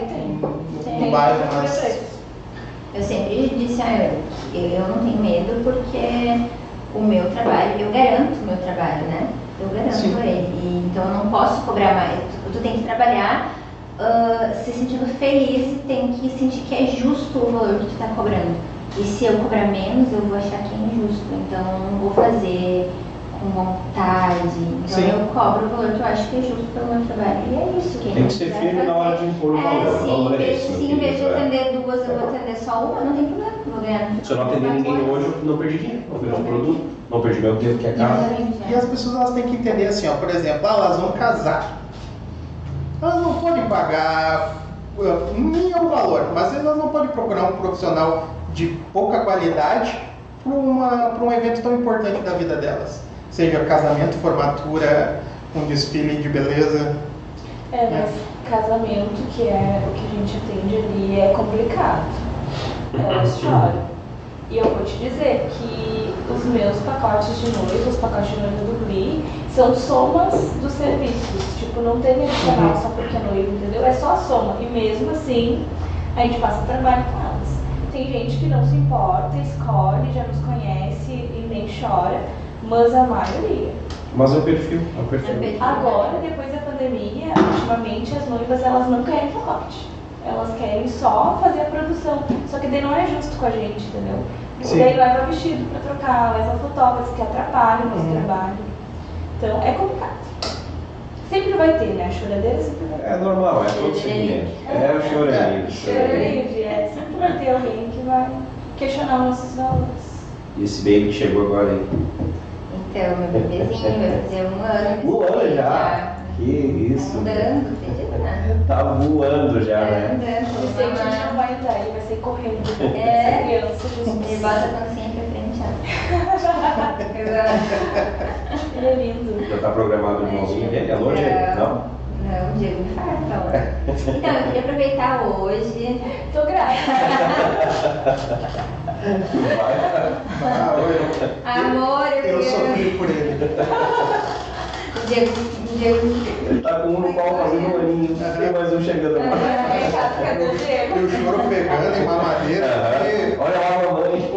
[SPEAKER 1] no bairro, mas...
[SPEAKER 3] Eu sempre disse a ela, eu não tenho medo porque o meu trabalho, eu garanto o meu trabalho, né? Eu garanto ele. E, então eu não posso cobrar mais. Tu tem que trabalhar se sentindo feliz e tem que sentir que é justo o valor que tu está cobrando. E se eu cobrar menos, eu vou achar que é injusto. Então eu não vou fazer com vontade. Então eu cobro o valor que eu acho que é justo pelo meu trabalho. E é isso que
[SPEAKER 2] tem que ser firme na hora de impor o valor.
[SPEAKER 3] Em vez de atender duas, eu vou atender só uma, não tem problema. Vou ganhar.
[SPEAKER 2] Se eu não atender ninguém hoje, eu não perdi dinheiro, não perdi produto, não perdi meu tempo que é caro.
[SPEAKER 1] E as pessoas elas têm que entender assim, ó, por exemplo, elas vão casar. Elas não podem pagar nem o valor, mas elas não podem procurar um profissional de pouca qualidade para um evento tão importante da vida delas. Seja casamento, formatura, um desfile de beleza.
[SPEAKER 4] Mas casamento, que é o que a gente atende ali, é complicado. Elas choram. E eu vou te dizer que os meus pacotes de noiva, os pacotes de noiva do Glee, são somas dos serviços. Tipo, não tem adicional só porque é noiva, entendeu? É só a soma. E mesmo assim, a gente passa trabalho com elas. Tem gente que não se importa, escolhe, já nos conhece e nem chora, mas a maioria.
[SPEAKER 2] Mas é o perfil,
[SPEAKER 4] Agora, depois da pandemia, ultimamente as noivas elas não querem pacote. Elas querem só fazer a produção. Só que daí não é justo com a gente, entendeu? Porque daí leva vestido pra trocar, leva fotógrafos que atrapalham o nosso trabalho. Então é complicado. Sempre vai ter, né? A choradeira sempre vai ter.
[SPEAKER 2] É normal, é todo segmento. É o choradeiro.
[SPEAKER 4] Sempre vai ter alguém que vai questionar nossos valores.
[SPEAKER 2] E esse baby chegou agora aí?
[SPEAKER 3] Então, meu bebezinho vai fazer 1 ano.
[SPEAKER 2] 1 ano já? Que isso?
[SPEAKER 3] Tá andando, acredita, né?
[SPEAKER 2] Tá voando já, né?
[SPEAKER 3] Andando,
[SPEAKER 4] O Vicente não vai andar, ele vai sair correndo. Essa criança, Jesus.
[SPEAKER 3] Ele bota a pancinha pra frente, ó.
[SPEAKER 4] Ele é lindo.
[SPEAKER 2] Já tá programado o irmãozinho dele? Alô, Diego? Não?
[SPEAKER 3] Não, o Diego me fala, então. Então, eu queria aproveitar hoje.
[SPEAKER 4] Tô grávida.
[SPEAKER 3] Amor,
[SPEAKER 1] eu sofri por ele.
[SPEAKER 3] O Diego.
[SPEAKER 2] Ele tá com um no pau fazendo um aninho, tem mais um chegando lá.
[SPEAKER 4] Cadê o Diego?
[SPEAKER 1] Eu choro pegando em mamadeira.
[SPEAKER 2] Olha lá, mamãe.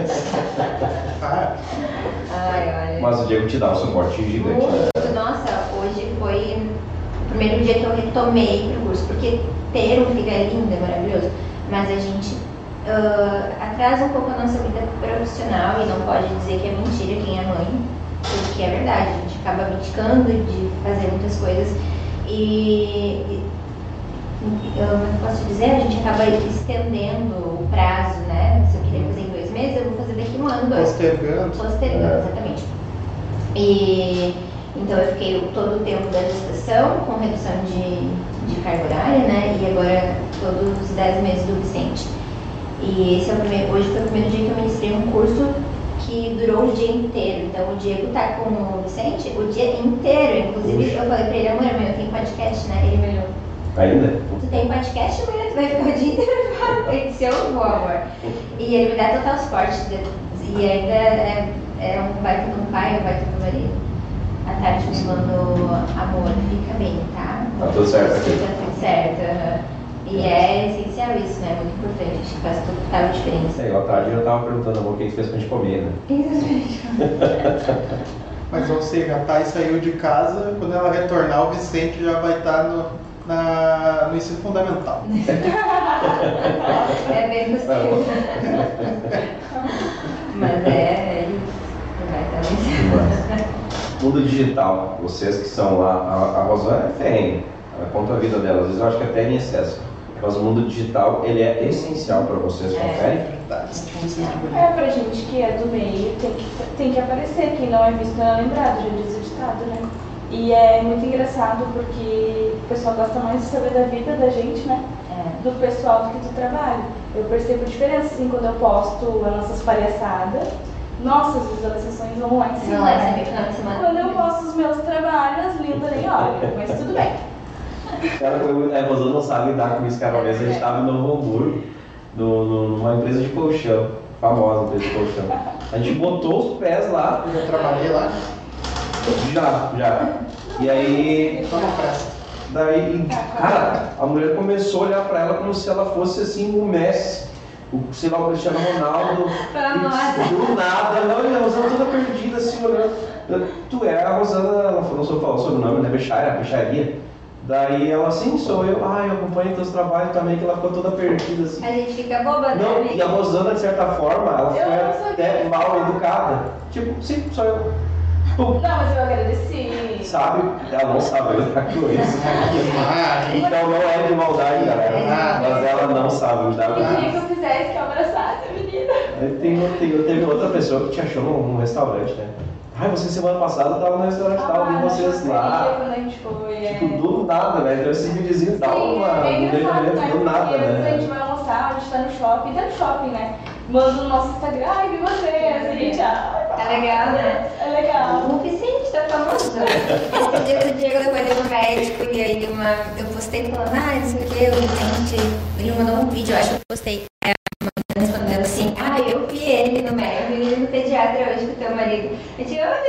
[SPEAKER 3] Olha.
[SPEAKER 2] Mas o Diego te dá um suporte gigante, né?
[SPEAKER 3] Nossa, hoje foi o primeiro dia que eu retomei pro curso, porque ter um filho é lindo, é maravilhoso, mas a gente atrasa um pouco a nossa vida profissional e não pode dizer que é mentira quem é mãe, porque é verdade, a gente acaba abdicando de fazer muitas coisas e eu posso dizer, a gente acaba estendendo o prazo, né? Se eu queria fazer em 2 meses, eu vou fazer daqui 1 ano, 2. Postergando, exatamente. E então eu fiquei todo o tempo da gestação com redução de carga horária, né? E agora todos os 10 meses do Vicente. E esse é hoje foi o primeiro dia que eu ministrei um curso que durou o dia inteiro. Então o Diego tá com o Vicente o dia inteiro. Inclusive eu falei pra ele, amor, eu tenho podcast, né? Ele me olhou.
[SPEAKER 2] Ainda?
[SPEAKER 3] Tu tem podcast, amanhã tu vai ficar o dia inteiro fora. Ele disse, eu vou, amor. E ele me dá total suporte. E ainda é um baita de um pai, um baita do marido. À tarde me mandou, amor, fica bem, tá?
[SPEAKER 2] Tá tudo certo aqui.
[SPEAKER 3] Tá tudo certo. E E é essencial isso, né? É muito importante. Acho que faz total diferença.
[SPEAKER 2] É, ao tarde eu tava perguntando, amor, o que fez pra gente comer, né?
[SPEAKER 1] Mas ou seja, a Thay saiu de casa, quando ela retornar, o Vicente já vai estar no ensino fundamental.
[SPEAKER 3] É bem possível. Mas ele vai estar no ensino.
[SPEAKER 2] Mundo digital, vocês que são lá, a Rosana é ferrenha, ela conta a vida dela, às vezes eu acho que até em excesso. Mas o mundo digital, ele é essencial para vocês, conferem?
[SPEAKER 4] Pra gente que é do meio, tem que aparecer. Quem não é visto não é lembrado, já diz o ditado, né? E é muito engraçado porque o pessoal gosta mais de saber da vida da gente, né? Do pessoal do que do trabalho. Eu percebo diferença, assim, quando eu posto as nossas palhaçadas. Nossa, as visualizações vão lá em cima.
[SPEAKER 3] Não, essa é minha final de semana.
[SPEAKER 4] Quando eu posto os meus trabalhos, as lindas nem olham, mas tudo bem.
[SPEAKER 2] Cara, a Rosana não sabe lidar com isso, cara. Uma vez a gente estava em Novo Hamburgo, numa empresa de colchão, famosa empresa de colchão. A gente botou os pés lá.
[SPEAKER 1] Eu trabalhei lá.
[SPEAKER 2] Já. E aí.
[SPEAKER 1] Só não presta.
[SPEAKER 2] Daí, cara, a mulher começou a olhar pra ela como se ela fosse assim o Messi, sei lá, o Cristiano Ronaldo. E do nada, olha, a Rosana toda perdida, assim, olhando. Tu é a Rosana, ela não falou sobre o nome, né? Bicharia. Daí ela, sim, sou eu. Eu acompanho teus trabalhos também, que ela ficou toda perdida, assim.
[SPEAKER 3] A gente fica boba, né?
[SPEAKER 2] Não, e a Rosana, de certa forma, ela foi até mal educada. Tipo, sim, sou eu.
[SPEAKER 4] Não, mas eu agradeci.
[SPEAKER 2] Sabe? Ela não sabe lidar com isso. Então não é de maldade, galera. Mas ela não sabe lidar com
[SPEAKER 4] Eu queria
[SPEAKER 2] isso.
[SPEAKER 4] que eu fizesse, que eu abraçasse a menina.
[SPEAKER 2] Teve outra pessoa que te achou num restaurante, né? Você semana passada tava no restaurante tal, vi vocês lá.
[SPEAKER 4] Quando a gente foi,
[SPEAKER 2] Tipo, do nada, né? Então esses videozinhos dá um engajamento do nada, né?
[SPEAKER 4] A gente vai almoçar, a gente tá no shopping, tá no shopping, né? Manda no nosso Instagram, vi vocês, a gente,
[SPEAKER 3] É legal, né?
[SPEAKER 4] É legal.
[SPEAKER 3] O Vicente tá famoso. Esse dia do Diego depois eu no médico e aí eu postei falando, não sei o que, o Vicente, ele mandou um vídeo, eu acho que eu postei. Respondendo assim, eu vi ele no médico, eu vi ele no pediatra hoje com o teu marido. Eu disse, olha,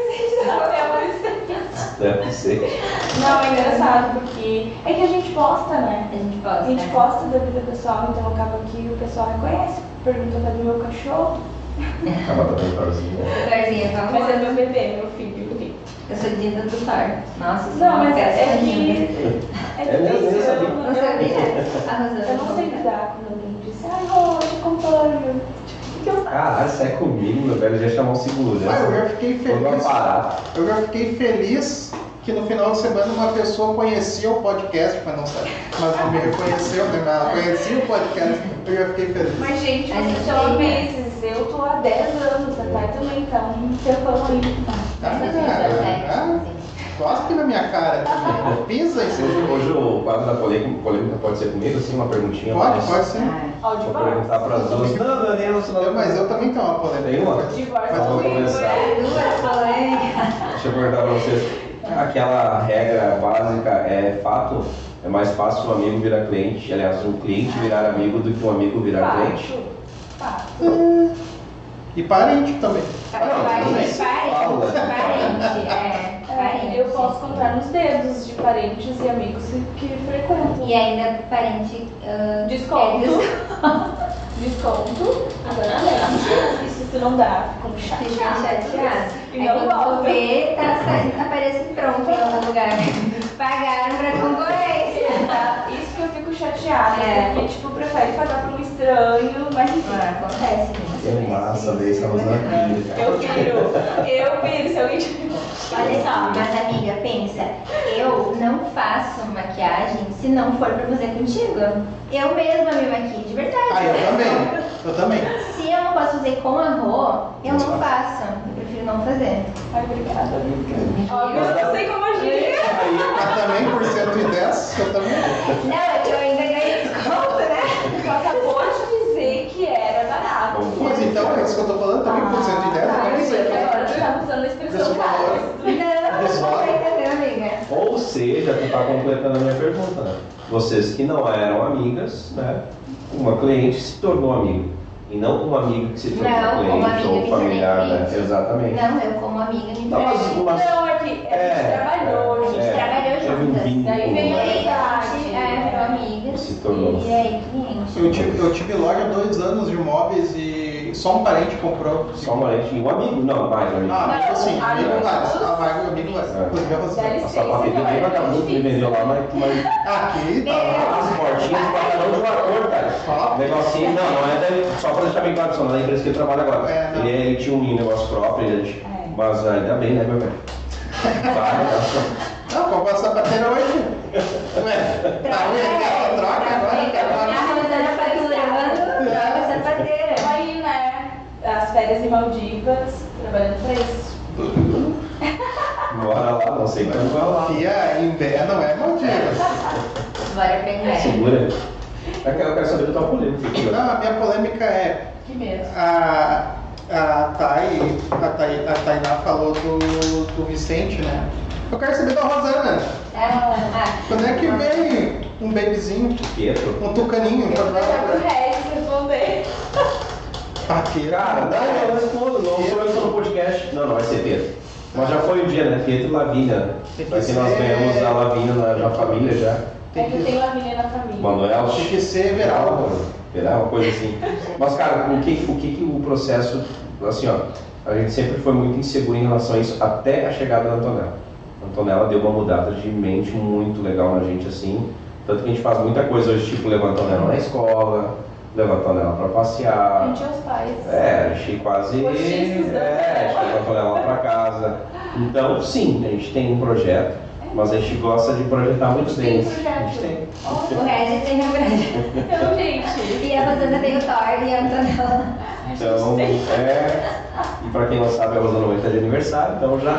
[SPEAKER 3] tá Vicente,
[SPEAKER 2] Deve ser.
[SPEAKER 4] Não, é engraçado porque é que a gente posta, né?
[SPEAKER 3] A gente
[SPEAKER 4] posta da vida pessoal, então acaba que o pessoal reconhece. Pergunta do meu cachorro.
[SPEAKER 2] Acaba também Thorzinho.
[SPEAKER 3] Thorzinho, vamos.
[SPEAKER 4] Mas é meu bebê, meu filho.
[SPEAKER 3] Eu sou Dina do Thor. Nossa,
[SPEAKER 4] não, mas
[SPEAKER 3] é
[SPEAKER 4] que.
[SPEAKER 2] É mesmo, eu sabia.
[SPEAKER 3] Não sabia?
[SPEAKER 4] Eu não sei lidar quando alguém diz, Rô, te acompanho. O que eu faço?
[SPEAKER 2] Caralho, se é comigo, meu velho, já chamou um segurança.
[SPEAKER 1] Eu já fiquei feliz.
[SPEAKER 2] Vou parar.
[SPEAKER 1] Eu já fiquei feliz que no final de semana uma pessoa conhecia o podcast, mas não me reconheceu, né? Ela conhecia o podcast, eu já fiquei feliz.
[SPEAKER 4] Mas, gente, vocês estão há meses, eu tô há 10 anos, a Thay também, então, um tempão aí.
[SPEAKER 1] Cospe na minha cara também. Pisa em cima.
[SPEAKER 2] Hoje o quadro da polêmica pode ser comigo, assim, uma perguntinha?
[SPEAKER 1] Pode ser.
[SPEAKER 2] Vou perguntar para as duas. Não,
[SPEAKER 1] Mas eu também tenho uma polêmica.
[SPEAKER 2] Tem uma?
[SPEAKER 4] Divórcio
[SPEAKER 2] Vamos
[SPEAKER 4] comigo,
[SPEAKER 2] começar.
[SPEAKER 3] Duas polêmicas.
[SPEAKER 2] Deixa eu perguntar para vocês. Aquela regra básica é fato? É mais fácil um amigo virar cliente, aliás, um cliente virar amigo do que um amigo virar cliente?
[SPEAKER 1] E parente também.
[SPEAKER 3] Parente.
[SPEAKER 4] Eu posso contar nos dedos de parentes e amigos que frequentam.
[SPEAKER 3] E ainda parente.
[SPEAKER 4] Desconto. Desconto. Exatamente. Isso tu não dá, fica muito chato.
[SPEAKER 3] Fica chateado.
[SPEAKER 4] E
[SPEAKER 3] Aí
[SPEAKER 4] não
[SPEAKER 3] quando
[SPEAKER 4] volta.
[SPEAKER 3] tu vê, aparece pronto em algum lugar. Pagaram pra concorrência.
[SPEAKER 4] Isso que eu fico chateada,
[SPEAKER 3] É.
[SPEAKER 4] porque tipo, prefere pagar pra um estranho, mas enfim.
[SPEAKER 3] Acontece, né?
[SPEAKER 2] Que massa, ver essa Rosana pilha.
[SPEAKER 4] Eu piro, se alguém tiver.
[SPEAKER 3] Olha só, mas amiga, pensa, eu não faço maquiagem se não for pra fazer contigo. Eu mesma me maquio, de verdade.
[SPEAKER 1] Eu também.
[SPEAKER 3] Se eu não posso fazer com a Rô, eu não faço. Eu prefiro não fazer.
[SPEAKER 4] Ai, obrigada, amiga. Ó, eu não sei como agir.
[SPEAKER 1] Mas também por 110, eu também.
[SPEAKER 3] Não, é que eu ainda ganhei desconto, né?
[SPEAKER 4] Tu acabou de dizer que era barato.
[SPEAKER 1] Mas então, é isso que eu tô falando também por 110, eu também sei.
[SPEAKER 4] Agora tu tá usando a expressão cara.
[SPEAKER 3] Não tô entendendo, amiga.
[SPEAKER 2] Ou seja, tu está completando a minha pergunta, né? Vocês que não eram amigas, né? Uma cliente se tornou amiga. E não uma amiga que se tornou cliente ou familiar, né? Exatamente.
[SPEAKER 3] Não, eu como amiga me
[SPEAKER 2] Não, mas
[SPEAKER 3] tornei.
[SPEAKER 2] uma-
[SPEAKER 4] Não, é que a gente trabalhou,
[SPEAKER 3] A gente trabalhou
[SPEAKER 2] teve um
[SPEAKER 3] juntas.
[SPEAKER 2] vínculo,
[SPEAKER 4] Daí veio
[SPEAKER 2] né?
[SPEAKER 3] Aí a gente virou amiga. clientes.
[SPEAKER 2] Se tornou.
[SPEAKER 3] E aí, cliente.
[SPEAKER 1] Eu tive loja há 2 anos de imóveis e só um parente comprou.
[SPEAKER 2] Só um parente e um amigo, não, mais um amigo.
[SPEAKER 1] Ah, assim, amigo
[SPEAKER 4] Não,
[SPEAKER 1] vai.
[SPEAKER 4] não.
[SPEAKER 1] Amigo vai. Inclusive a você.
[SPEAKER 4] Dá
[SPEAKER 2] A
[SPEAKER 4] licença,
[SPEAKER 2] sapateria
[SPEAKER 4] não,
[SPEAKER 2] bem
[SPEAKER 4] é
[SPEAKER 2] vagabundo que me
[SPEAKER 4] difícil.
[SPEAKER 2] vendeu lá, mas
[SPEAKER 1] Aqui tá.
[SPEAKER 2] as portinhas do padrão de vapor, cara. Negocinho, não é só pra deixar bem claro, só não é da empresa que ele trabalha agora.
[SPEAKER 1] É, não.
[SPEAKER 2] Ele tinha um negócio próprio, mas ainda bem, né, meu velho?
[SPEAKER 1] Não, comprou a sapateira hoje. Ué, tá ruim, ela troca agora.
[SPEAKER 3] A Rosana faturando, troca a sapateira.
[SPEAKER 4] Aí, né? As férias em Maldivas, trabalhando pra isso.
[SPEAKER 2] Bora lá, não sei quando vai lá.
[SPEAKER 1] Fia, em pé não é Maldivas.
[SPEAKER 3] Bora pegar.
[SPEAKER 2] Segura. Eu quero saber do teu polêmico aqui, ó.
[SPEAKER 1] Não, a minha polêmica é.
[SPEAKER 4] Que mesmo.
[SPEAKER 1] A Tainá falou do Vicente, né? Eu quero saber da Rosana. Quando é que vem um babyzinho,
[SPEAKER 2] Pietro.
[SPEAKER 1] um tucaninho pra
[SPEAKER 4] Eu vou deixar pro
[SPEAKER 1] nós?
[SPEAKER 4] Regis responder.
[SPEAKER 1] Paqueira.
[SPEAKER 2] Cara, não, eu respondo, não sou eu que tô no podcast. Não, vai ser Pietro. Mas já foi o dia, né? Pietro e Lavínia.
[SPEAKER 1] Tem que
[SPEAKER 2] Aqui nós
[SPEAKER 1] ser-
[SPEAKER 2] ganhamos a Lavínia na família já.
[SPEAKER 4] É que eu tenho a menina na família.
[SPEAKER 2] Manuel.
[SPEAKER 1] Tem que ser Veraldo.
[SPEAKER 2] Verá, uma coisa assim. Mas, cara, o que o processo. Assim, ó. A gente sempre foi muito inseguro em relação a isso até a chegada da Antonella. A Antonella deu uma mudada de mente muito legal na gente, assim. Tanto que a gente faz muita coisa hoje, tipo, levar a Antonella na escola, levar a Antonella pra passear.
[SPEAKER 4] Gente, aos pais.
[SPEAKER 2] É, a gente quase.
[SPEAKER 4] Poxistas, né?
[SPEAKER 2] A gente leva a Antonella lá pra casa. Então, sim, a gente tem um projeto, mas a gente gosta de projetar muito bem. A gente tem.
[SPEAKER 3] O Regis tem a grande.
[SPEAKER 4] Então, gente.
[SPEAKER 3] E a Rosana tem o Thor e a Antonella.
[SPEAKER 2] Então, e pra quem não sabe, a Rosana hoje tá de aniversário, então já.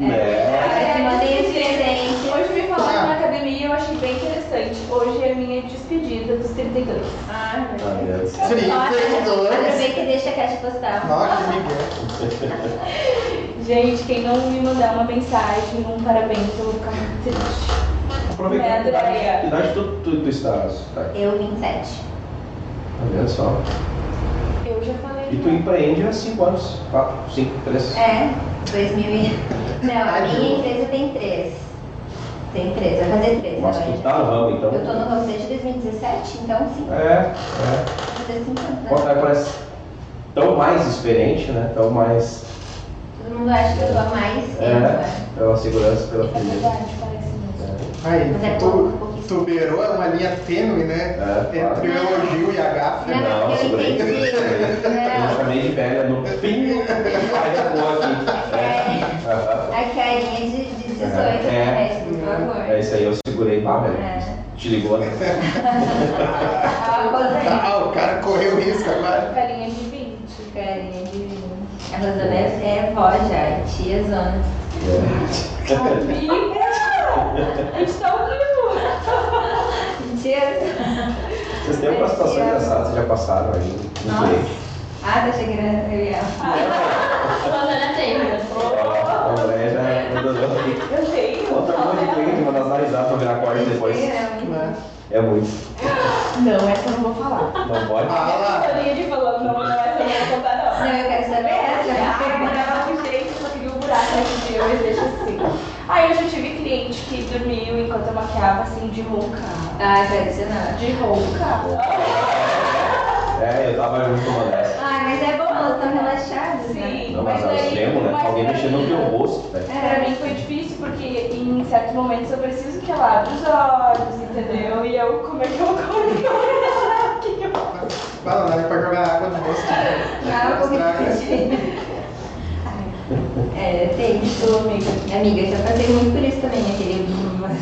[SPEAKER 3] Se mantém esse presente.
[SPEAKER 4] Hoje me falaram na academia e eu achei bem interessante. Hoje é a minha despedida dos 32.
[SPEAKER 3] Ah,
[SPEAKER 2] Ah,
[SPEAKER 3] meu Deus.
[SPEAKER 2] é.
[SPEAKER 1] 32.
[SPEAKER 3] Aproveita e deixa a caixa postal.
[SPEAKER 1] Nossa, que Miguel.
[SPEAKER 4] Gente, quem não me mandar uma mensagem, um parabéns, eu vou ficar muito triste.
[SPEAKER 2] Aproveita
[SPEAKER 4] É,
[SPEAKER 2] que
[SPEAKER 4] Andréia.
[SPEAKER 2] idade tu estás. Tá
[SPEAKER 3] Eu, 27.
[SPEAKER 2] vendo só?
[SPEAKER 4] Eu já falei.
[SPEAKER 2] E tu empreende há 5 anos, 4, 5, 3.
[SPEAKER 3] É, 2000 e... Não, a minha empresa tem 3. Tem 3, vai fazer 3
[SPEAKER 2] Mas
[SPEAKER 3] agora.
[SPEAKER 2] tu tá no ramo, então.
[SPEAKER 3] Eu tô no ramo desde 2017, então sim.
[SPEAKER 2] É.
[SPEAKER 3] Vai fazer 5 anos, né?
[SPEAKER 2] Bom, parece tão mais experiente, né? Tão mais.
[SPEAKER 3] Todo mundo acha que eu tô há mais tempo, né?
[SPEAKER 2] Pela segurança, pela
[SPEAKER 4] É
[SPEAKER 2] firmeza.
[SPEAKER 4] verdade, parece mesmo.
[SPEAKER 1] Aí,
[SPEAKER 3] Mas é pouco,
[SPEAKER 1] tu
[SPEAKER 3] pouquíssimo.
[SPEAKER 1] beirou uma linha tênue, né?
[SPEAKER 2] É, claro.
[SPEAKER 1] Entre o elogio e a gafe.
[SPEAKER 3] Não,
[SPEAKER 1] né?
[SPEAKER 2] Não,
[SPEAKER 3] eu
[SPEAKER 2] segurei.
[SPEAKER 3] entendi.
[SPEAKER 2] Eu chamei de velha no pinho. Ai, da boa aqui.
[SPEAKER 3] A carinha de 18, né? Por favor.
[SPEAKER 2] É isso aí, eu segurei. Ah, velho.
[SPEAKER 3] É.
[SPEAKER 2] Te ligou, né?
[SPEAKER 1] Ah, o cara correu risco agora.
[SPEAKER 4] Carinha de 20.
[SPEAKER 3] Carinha de 20. A Rosana é vó já, é tia zona.
[SPEAKER 4] Amiga! A gente tá ouvindo.
[SPEAKER 3] Tia.
[SPEAKER 2] Vocês têm uma situação engraçada, vocês já passaram aí no
[SPEAKER 3] Nossa.
[SPEAKER 2] cliente.
[SPEAKER 3] Ah, tá chegando eu e ela.
[SPEAKER 4] A Rosana tem.
[SPEAKER 2] A André já mandou aqui.
[SPEAKER 4] Eu tenho.
[SPEAKER 2] Outra coisa de cliente, mandar as risadas pra virar corte depois.
[SPEAKER 1] Né?
[SPEAKER 2] É muito.
[SPEAKER 4] Não, essa eu não vou falar.
[SPEAKER 2] Não pode?
[SPEAKER 1] Fala.
[SPEAKER 4] Eu nem de falando, não, essa eu não vou contar, não.
[SPEAKER 3] Não, eu quero saber essa.
[SPEAKER 4] Ah, mandava pro jeito, só queria um buraco aqui meu, mas deixa assim. Aí eu já tive cliente que dormiu enquanto eu maquiava, assim, de roncar.
[SPEAKER 3] Ah, tradicional.
[SPEAKER 4] De roncar.
[SPEAKER 2] É, eu tava junto com uma dessa.
[SPEAKER 3] Ah, mas é bom, elas estão relaxadas, né?
[SPEAKER 4] Sim.
[SPEAKER 2] Não, mas é o
[SPEAKER 4] daí-
[SPEAKER 2] extremo, né?
[SPEAKER 4] mas
[SPEAKER 2] Alguém
[SPEAKER 4] pra
[SPEAKER 2] mexendo no
[SPEAKER 4] mim-
[SPEAKER 2] teu rosto, velho.
[SPEAKER 4] Pra mim foi difícil, porque em certos momentos eu preciso que ela abra os olhos, entendeu? E eu, como é que eu vou
[SPEAKER 1] Fala, dá pra jogar água no rosto.
[SPEAKER 3] Ah, como
[SPEAKER 1] Estraga.
[SPEAKER 3] É, tem isso, amiga. Amiga, eu já passei muito por isso também, aquele...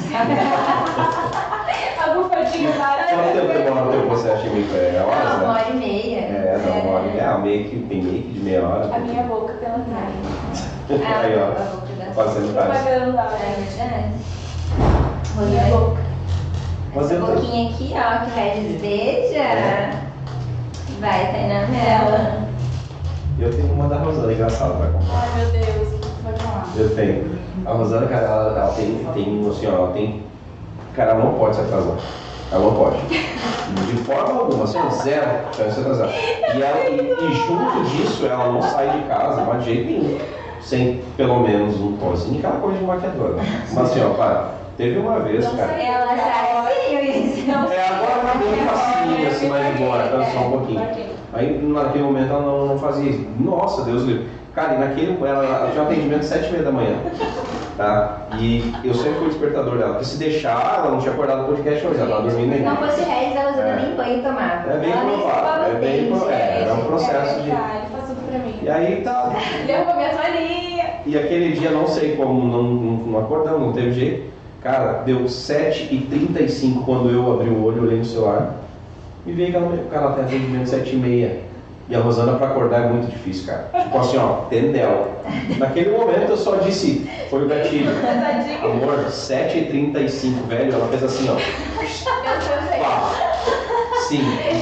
[SPEAKER 4] A bufadinha
[SPEAKER 2] Quanto tempo demora o teu processo de micro? É horas,
[SPEAKER 3] Não,
[SPEAKER 2] né?
[SPEAKER 3] 1h30.
[SPEAKER 2] É, não, uma hora e meia. Ah, tem make de meia hora.
[SPEAKER 4] A minha boca pela trás.
[SPEAKER 2] Aí, ó. Fazendo tais.
[SPEAKER 4] Propaganda,
[SPEAKER 3] É
[SPEAKER 4] né?
[SPEAKER 3] verdade.
[SPEAKER 4] Minha boca.
[SPEAKER 2] Mas
[SPEAKER 3] Essa
[SPEAKER 2] eu tô-
[SPEAKER 3] boquinha aqui, ó, que o Regis beija. Vai, tá aí na mela.
[SPEAKER 2] Eu tenho uma da Rosana, engraçada, vai comprar.
[SPEAKER 4] Ai, meu Deus, o que tu vai falar?
[SPEAKER 2] Eu tenho. A Rosana, cara, ela tem assim, ó, ela tem. Cara, ela não pode se atrasar. Ela não pode. De forma alguma, assim, zero chance de se atrasar. E junto disso, ela não sai de casa, mas de jeito nenhum. Sem pelo menos um tozinho, aquela coisa de maquiadora. Mas assim, ó, para. Teve uma vez, cara.
[SPEAKER 3] Ela já isso.
[SPEAKER 2] Agora tá bem facinho, assim, mais de boa, tá só um pouquinho. Aí naquele momento ela não fazia isso. Nossa, Deus livre. Cara, e naquele ela tinha um atendimento às 7h30 da manhã. Tá? E eu sempre fui o despertador dela, porque se deixar, ela não tinha acordado o podcast hoje, ela tava dormindo
[SPEAKER 3] Se
[SPEAKER 2] ainda.
[SPEAKER 3] não fosse Regis, ela já nem banho tomava.
[SPEAKER 2] É bem provável, é um processo de...
[SPEAKER 4] Ele faz tudo pra mim.
[SPEAKER 2] E aí tá...
[SPEAKER 4] Ele arrumou minha toalhinha.
[SPEAKER 2] E aquele dia, não sei como, não acordamos, não teve jeito. Cara, deu 7h35 quando eu abri o olho, olhei no celular. E veio que ela tem atendimento 7h30. E a Rosana pra acordar é muito difícil, cara. Tipo assim, ó, tendel. Naquele momento eu só disse, foi o gatilho. Amor, 7h35, velho, ela fez assim, ó. Pá. Sim.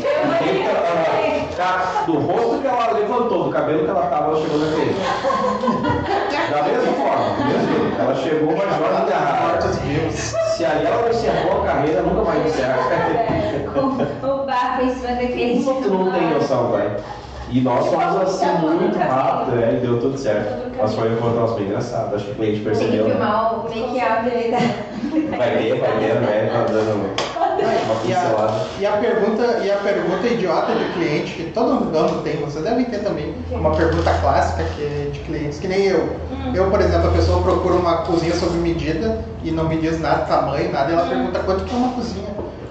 [SPEAKER 2] Do rosto que ela levantou, do cabelo que ela tava, ela chegou naquele. Da mesma forma, mesmo jeito. Ela chegou uma jornada de arrastos. Se ali ela encerrou a carreira, nunca mais encerra.
[SPEAKER 3] Com o barco em cima daquele.
[SPEAKER 2] Tu não tem noção, vai. E nós fomos assim muito rápido, e deu tudo certo. Mas foi um troço bem engraçado, acho que o cliente
[SPEAKER 3] Tem que
[SPEAKER 2] percebeu.
[SPEAKER 3] filmar o make-up dele.
[SPEAKER 2] Vai ter, né? Tá dando uma pincelada.
[SPEAKER 1] E a pergunta idiota de cliente, que todo mundo tem, você deve ter também, uma pergunta clássica que é de clientes, que nem eu. Eu, por exemplo, a pessoa procura uma cozinha sob medida e não me diz nada de tamanho, nada, e ela pergunta quanto que é uma cozinha.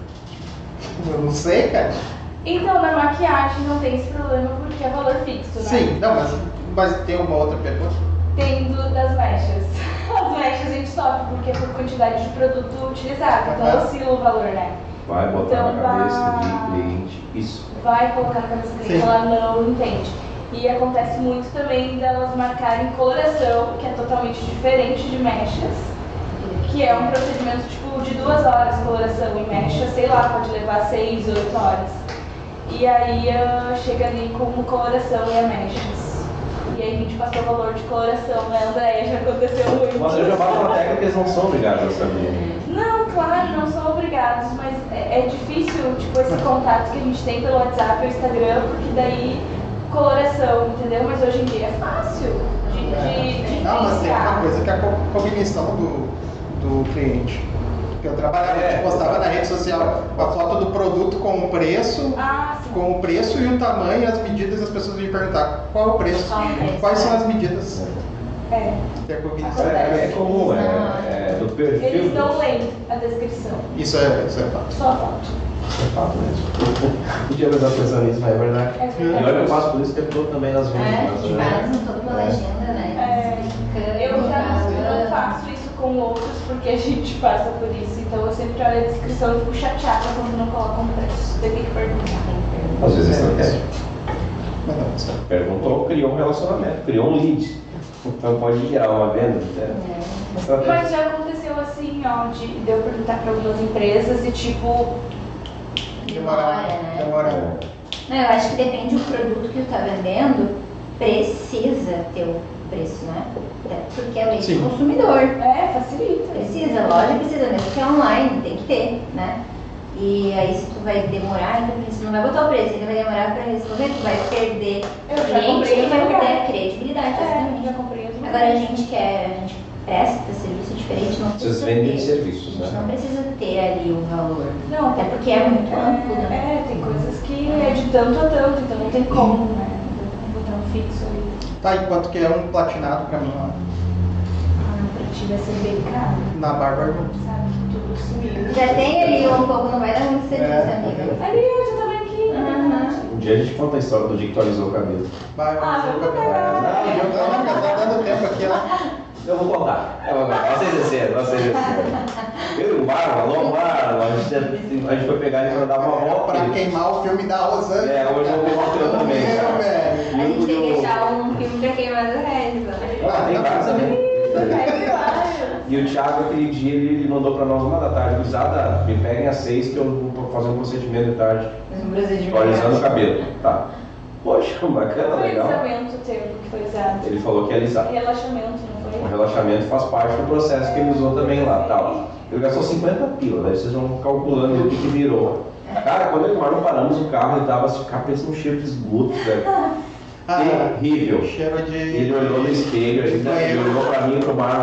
[SPEAKER 1] Eu não sei, cara.
[SPEAKER 4] Então, na maquiagem não tem esse problema porque é valor fixo, né?
[SPEAKER 1] Sim, não, mas tem uma outra pergunta?
[SPEAKER 4] Tem das mechas. As mechas a gente sofre porque é por quantidade de produto utilizado, então oscila o valor, né?
[SPEAKER 2] Vai botar
[SPEAKER 4] Então,
[SPEAKER 2] na cabeça de cliente. Isso.
[SPEAKER 4] Vai colocar na cabeça do cliente,
[SPEAKER 1] Sim.
[SPEAKER 4] ela não entende. E acontece muito também delas marcarem coloração, que é totalmente diferente de mechas, que é um procedimento tipo de 2 horas coloração e mecha, sei lá, pode levar 6, 8 horas. E aí chega ali como coloração e a mechas. E aí a gente passou o valor de coloração, né, Andréia? Já aconteceu muito.
[SPEAKER 2] Mas eu já bato na tecla que eles não são obrigados a saber.
[SPEAKER 4] Não, claro, não são obrigados, mas é difícil, tipo, esse contato que a gente tem pelo WhatsApp ou Instagram, porque daí coloração, entendeu? Mas hoje em dia é fácil de
[SPEAKER 1] Não, mas tem uma
[SPEAKER 4] diferenciar.
[SPEAKER 1] coisa que é a cognição do cliente. Porque eu trabalhava, a gente postava na rede social a foto do produto com o preço,
[SPEAKER 4] Ah, sim.
[SPEAKER 1] com o preço e o tamanho e as medidas, as pessoas vinham perguntar qual é o preço,
[SPEAKER 3] Qual o preço,
[SPEAKER 1] quais são as medidas.
[SPEAKER 4] É.
[SPEAKER 1] Tem a cognição.
[SPEAKER 2] É comum, é do perfil.
[SPEAKER 4] Eles não leem a descrição,
[SPEAKER 1] Isso é fato.
[SPEAKER 4] só a foto.
[SPEAKER 2] É fato mesmo. Podia usar pensando nisso, mas é verdade.
[SPEAKER 4] É
[SPEAKER 2] E olha que eu passo por isso o tempo todo também nas vendas.
[SPEAKER 3] Que fazem toda uma legenda, né?
[SPEAKER 4] Eu já não faço isso com outros porque a gente passa por isso. Então eu sempre olho a descrição e fico chateada quando não colocam preço. Tem que perguntar.
[SPEAKER 2] Às vezes não quer.
[SPEAKER 1] Mas não, isso
[SPEAKER 2] Perguntou, criou um relacionamento, criou um lead. Então pode gerar uma venda. Né?
[SPEAKER 4] Mas já aconteceu assim, ó, de eu perguntar para algumas empresas e tipo,
[SPEAKER 3] Demora, né?
[SPEAKER 1] Demora.
[SPEAKER 3] Não, eu acho que depende do produto que tu tá vendendo, precisa ter o preço, né? Até porque é lei
[SPEAKER 1] Sim.
[SPEAKER 3] do consumidor.
[SPEAKER 4] facilita.
[SPEAKER 3] Precisa, a loja precisa, mesmo que é online, tem que ter, né? E aí se tu vai demorar, então tu não vai botar o preço, ainda vai demorar para responder, tu vai perder
[SPEAKER 4] Eu já
[SPEAKER 3] cliente
[SPEAKER 4] comprei
[SPEAKER 3] e vai
[SPEAKER 4] em lugar.
[SPEAKER 3] perder a credibilidade, basicamente.
[SPEAKER 4] Já comprei as
[SPEAKER 3] Agora a gente presta serviço diferente, não
[SPEAKER 2] Vocês
[SPEAKER 3] precisa
[SPEAKER 2] vendem
[SPEAKER 3] ter.
[SPEAKER 2] serviços,
[SPEAKER 3] A gente
[SPEAKER 2] né?
[SPEAKER 3] não precisa ter ali o valor.
[SPEAKER 4] Não,
[SPEAKER 3] Até porque é muito amplo, né?
[SPEAKER 4] tem coisas que é de tanto a tanto, então não tem como, né? Botar um fixo ali.
[SPEAKER 1] Tá, e quanto que é um platinado pra mim lá?
[SPEAKER 4] Pra ti vai ser bem caro,
[SPEAKER 1] Na Bárbara?
[SPEAKER 4] sabe? Que tudo sumiu.
[SPEAKER 3] Já tem ali um pouco, não vai dar muito serviço, amiga.
[SPEAKER 4] Ali, eu já tava aqui.
[SPEAKER 3] Aham.
[SPEAKER 2] Um dia a gente conta a história do dia que tu alisou o cabelo.
[SPEAKER 1] Vai,
[SPEAKER 4] Ah,
[SPEAKER 1] vamos
[SPEAKER 4] vamos
[SPEAKER 1] ver o cabelo.
[SPEAKER 4] pegar.
[SPEAKER 1] Não, tá dando tempo aqui, ó.
[SPEAKER 2] Eu vou contar. Vocês desceram, vocês desceram. Eu e o Marlon, alô Marlon, a gente foi pegar ele pra dar uma volta.
[SPEAKER 1] Pra queimar o filme da Rosana.
[SPEAKER 2] Hoje eu vou queimar o teu também.
[SPEAKER 1] Meu,
[SPEAKER 2] Cara.
[SPEAKER 1] velho.
[SPEAKER 3] A gente tem que deixar um filme pra queimar do Regis, né?
[SPEAKER 2] Ah, tem vários também.
[SPEAKER 4] Claro.
[SPEAKER 2] E o Thiago, aquele dia, ele mandou pra nós 1 da tarde. Gurizada, me peguem às 6 que eu vou fazer um procedimento de tarde. Tô alisando o cabelo, tá? Poxa, bacana,
[SPEAKER 4] Qual foi o
[SPEAKER 2] legal.
[SPEAKER 4] alisamento teu que foi usado?
[SPEAKER 2] Ele falou que ia alisar.
[SPEAKER 4] Relaxamento, não
[SPEAKER 2] O
[SPEAKER 4] foi?
[SPEAKER 2] relaxamento faz parte do processo que ele usou também lá, tal. Ele gastou 50 pila, daí vocês vão calculando o que virou. Cara, quando ele Marlon paramos o carro, ele tava cabeça um cheiro de esgoto, velho. Terrível.
[SPEAKER 1] Cheiro de...
[SPEAKER 2] Ele olhou no espelho, ele olhou pra mim e pro Marlon.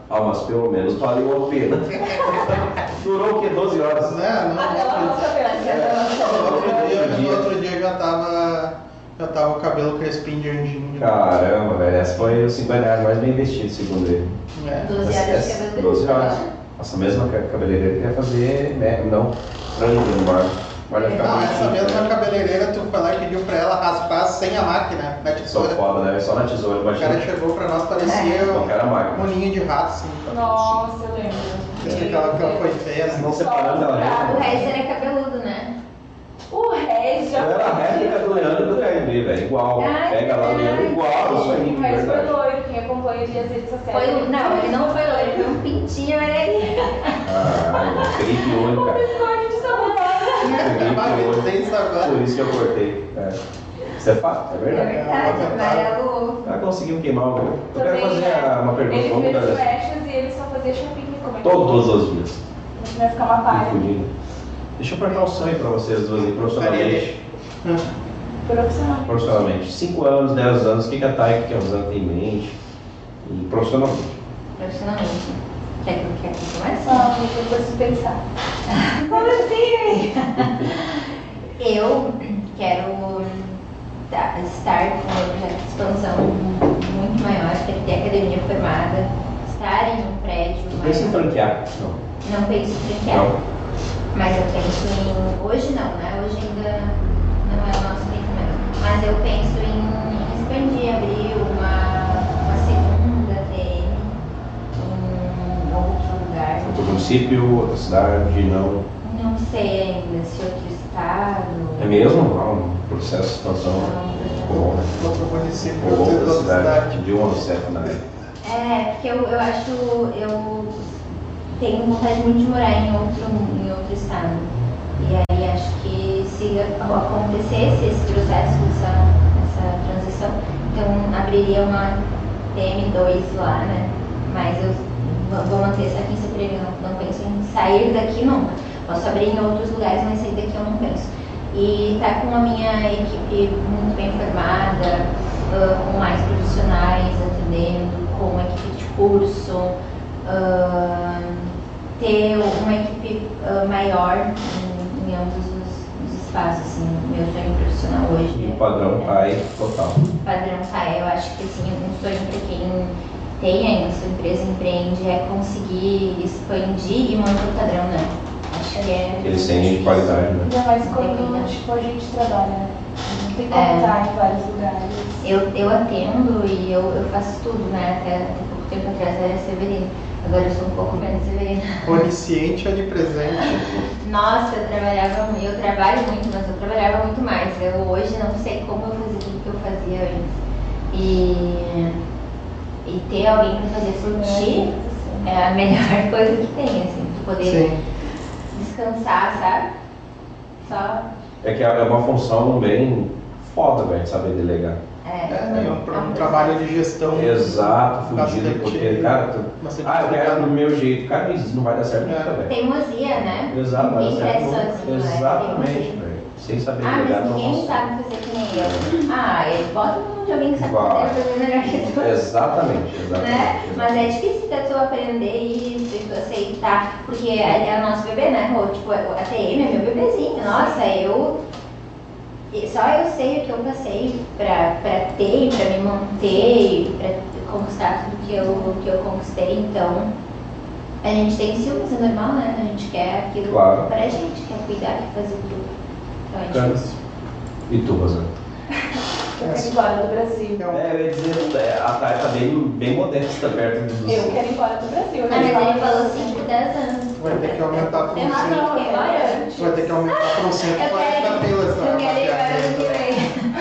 [SPEAKER 2] Ah, mas pelo menos valeu a pena. Durou o quê? 12 horas?
[SPEAKER 1] Né?
[SPEAKER 4] Até lá não sabemos.
[SPEAKER 1] No outro dia já tava o cabelo crespinho de anjinho.
[SPEAKER 2] Caramba, velho, essa foi os 50 reais mais bem investido, segundo ele.
[SPEAKER 3] 12 horas de cabelo
[SPEAKER 2] 12 horas. Nossa, a mesma cabeleireira queria fazer, né? Não, frango no bar.
[SPEAKER 1] Não, essa mesma cabeleireira, tu foi lá e pediu pra ela raspar sem a máquina, na
[SPEAKER 2] Só
[SPEAKER 1] tesoura.
[SPEAKER 2] foda, né? Só na tesoura,
[SPEAKER 1] O
[SPEAKER 2] imagina.
[SPEAKER 1] cara chegou pra nós, parecia
[SPEAKER 2] Não quero a máquina.
[SPEAKER 1] um ninho de rato, assim.
[SPEAKER 4] Nossa, eu lembro.
[SPEAKER 1] Diz que aquela foi feia, né?
[SPEAKER 2] Não separando ela,
[SPEAKER 3] O
[SPEAKER 2] né?
[SPEAKER 3] Regis era cabeludo, né?
[SPEAKER 4] O Regis já
[SPEAKER 2] Eu era a
[SPEAKER 4] foi.
[SPEAKER 2] réplica do Leandro e do KMB, velho. Igual.
[SPEAKER 3] Ai,
[SPEAKER 2] Pega lá o Leandro igual, isso aí, de
[SPEAKER 4] O Regis foi
[SPEAKER 2] verdade.
[SPEAKER 4] loiro, quem acompanha ele às vezes
[SPEAKER 3] Foi, não, ele não foi loiro, ele foi um pintinho amarelinho.
[SPEAKER 2] Ah, peguei piolho, cara.
[SPEAKER 4] biscoito de sabonete.
[SPEAKER 1] Tem isso agora.
[SPEAKER 2] Por isso que eu cortei. É. Isso é fato, é
[SPEAKER 3] É
[SPEAKER 2] verdade.
[SPEAKER 3] verdade, amarelo.
[SPEAKER 2] Ah, conseguimos queimar o meu. Eu quero
[SPEAKER 4] Também,
[SPEAKER 2] fazer
[SPEAKER 4] né?
[SPEAKER 2] uma pergunta.
[SPEAKER 4] Ele
[SPEAKER 2] Vamos
[SPEAKER 4] fez
[SPEAKER 2] fazer
[SPEAKER 4] flechas e ele só fazia chapinha. Como é que
[SPEAKER 2] todos os dias.
[SPEAKER 4] Isso vai ficar uma palha.
[SPEAKER 2] Confundindo. Deixa eu apertar o sonho pra vocês duas aí, profissionalmente. Profissionalmente. 5 anos, 10 anos, o que a Thay, que a Rosana tem em mente? E profissionalmente.
[SPEAKER 3] Profissionalmente. Quer que comece?
[SPEAKER 4] Ah, eu preciso pensar.
[SPEAKER 3] Como assim? Eu quero estar com um projeto de expansão muito maior, quero ter academia formada, estar em um prédio
[SPEAKER 2] Pensa em
[SPEAKER 3] maior.
[SPEAKER 2] franquear? Não.
[SPEAKER 3] Não penso em franquear.
[SPEAKER 2] Não.
[SPEAKER 3] Mas eu penso em. Hoje não, né? Hoje ainda não é o nosso pensamento. Mas eu penso em expandir, abrir uma segunda TM em outro lugar.
[SPEAKER 2] Outro município, outra cidade, não.
[SPEAKER 3] Não sei ainda se outro estado.
[SPEAKER 2] É mesmo? Ah, um processo de expansão. Bom, né?
[SPEAKER 1] Outro município,
[SPEAKER 2] Ou outra
[SPEAKER 1] outra
[SPEAKER 2] cidade,
[SPEAKER 1] cidade.
[SPEAKER 2] de uma certa na
[SPEAKER 3] É, porque eu acho. Eu tenho vontade muito de morar em outro estado. E aí acho que se acontecesse esse processo, essa transição, então abriria uma TM2 lá, né? Mas eu vou manter essa aqui em Sapiranga, não penso em sair daqui nunca. Posso abrir em outros lugares, mas sair daqui eu não penso. E tá com a minha equipe muito bem formada, com mais profissionais atendendo, com uma equipe de curso, ter uma equipe maior em ambos os espaços, assim, meu sonho profissional hoje.
[SPEAKER 2] E o padrão PAI total.
[SPEAKER 3] Padrão PAI, eu acho que assim, um sonho para quem tem ainda sua empresa, empreende, é conseguir expandir e manter o padrão, né? Acho que é.
[SPEAKER 2] Eles têm de qualidade, né?
[SPEAKER 4] Ainda mais quando tipo, a gente trabalha, né? Não tem como estar em vários lugares.
[SPEAKER 3] Eu atendo e eu faço tudo, né? Até pouco tempo atrás era Severina. Agora eu sou um pouco menos Severina.
[SPEAKER 1] Onisciente, onipresente.
[SPEAKER 3] Nossa, eu trabalho muito, mas eu trabalhava muito mais. Eu hoje não sei como eu fazia tudo que eu fazia antes. E ter alguém para fazer por ti é a melhor coisa que tem, assim, tu poder descansar, sabe? Só.
[SPEAKER 2] É que é uma função bem foda, velho, saber delegar.
[SPEAKER 1] É um trabalho de gestão.
[SPEAKER 2] Exato, fudido,
[SPEAKER 1] bastante-
[SPEAKER 2] porque, cara, eu quero do meu jeito, cara, isso não vai dar certo nunca, velho.
[SPEAKER 3] Teimosia, né?
[SPEAKER 2] Exato, vai dar
[SPEAKER 3] Ninguém
[SPEAKER 2] certo
[SPEAKER 3] cresce
[SPEAKER 2] nunca.
[SPEAKER 3] sozinho, né?
[SPEAKER 2] Exatamente,
[SPEAKER 3] Teimosia.
[SPEAKER 2] velho. Sem saber
[SPEAKER 3] Ah,
[SPEAKER 2] delegar,
[SPEAKER 3] mas
[SPEAKER 2] não
[SPEAKER 3] ninguém
[SPEAKER 2] consegue.
[SPEAKER 3] sabe fazer que nem eu. Ele bota um de alguém que sabe
[SPEAKER 2] Vai.
[SPEAKER 3] fazer melhor que tu.
[SPEAKER 2] Exatamente,
[SPEAKER 3] Né? Mas é difícil pra tu aprender isso e tu aceitar, porque é o nosso bebê, né? Tipo, a TM é meu bebezinho. Nossa, só eu sei o que eu passei pra ter, pra me manter, pra conquistar tudo que eu conquistei. Então, a gente tem ciúmes, é normal, né? A gente quer aquilo
[SPEAKER 2] Claro.
[SPEAKER 3] pra gente, quer cuidar, quer fazer tudo. Então é
[SPEAKER 2] Cara,
[SPEAKER 3] difícil.
[SPEAKER 2] E tu, Rosana?
[SPEAKER 4] Eu quero ir embora do Brasil.
[SPEAKER 2] Eu ia dizer, a Thay tá bem modesta perto do
[SPEAKER 4] Eu quero ir embora do Brasil.
[SPEAKER 3] Ah, mas ele falou 5, 10 anos.
[SPEAKER 1] Vai ter que aumentar para
[SPEAKER 3] Tem razão,
[SPEAKER 1] um
[SPEAKER 3] porque agora.
[SPEAKER 1] 5. Vai ter que aumentar para um 5.
[SPEAKER 3] Eu quero ir para o que vem.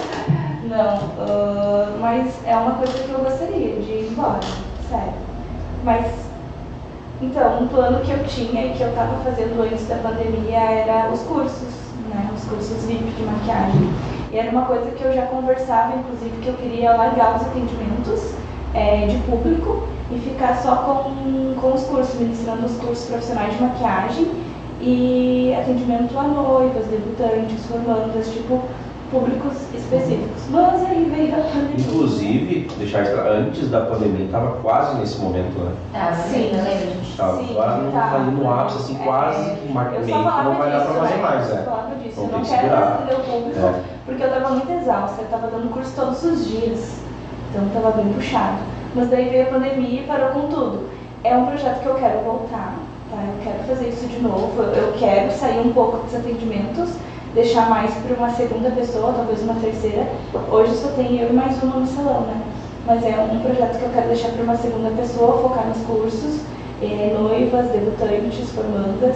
[SPEAKER 4] Não, mas é uma coisa que eu gostaria de ir embora, sério. Mas, então, um plano que eu tinha e que eu estava fazendo antes da pandemia era os cursos, né? Os cursos VIP de maquiagem. E era uma coisa que eu já conversava, inclusive, que eu queria largar os atendimentos de público e ficar só com os cursos, ministrando os cursos profissionais de maquiagem e atendimento a noivas, debutantes, formandas, tipo, públicos específicos. Mas aí veio a pandemia.
[SPEAKER 2] inclusive, deixar antes da pandemia, estava quase nesse momento, né?
[SPEAKER 3] Sim, eu lembro, gente.
[SPEAKER 2] Estava ali no ápice, assim, quase que meio que não vai dar para fazer mais,
[SPEAKER 4] Eu falava disso, eu
[SPEAKER 2] Então
[SPEAKER 4] não
[SPEAKER 2] tem que
[SPEAKER 4] quero
[SPEAKER 2] segurar.
[SPEAKER 4] atender o público, porque eu estava muito exausta, eu estava dando curso todos os dias, então estava bem puxado. Mas daí veio a pandemia e parou com tudo. É um projeto que eu quero voltar, tá? Eu quero fazer isso de novo, eu quero sair um pouco dos atendimentos, deixar mais para uma segunda pessoa, talvez uma terceira. Hoje só tem eu e mais uma no salão, né? Mas é um projeto que eu quero deixar para uma segunda pessoa, focar nos cursos, noivas, debutantes, formandas.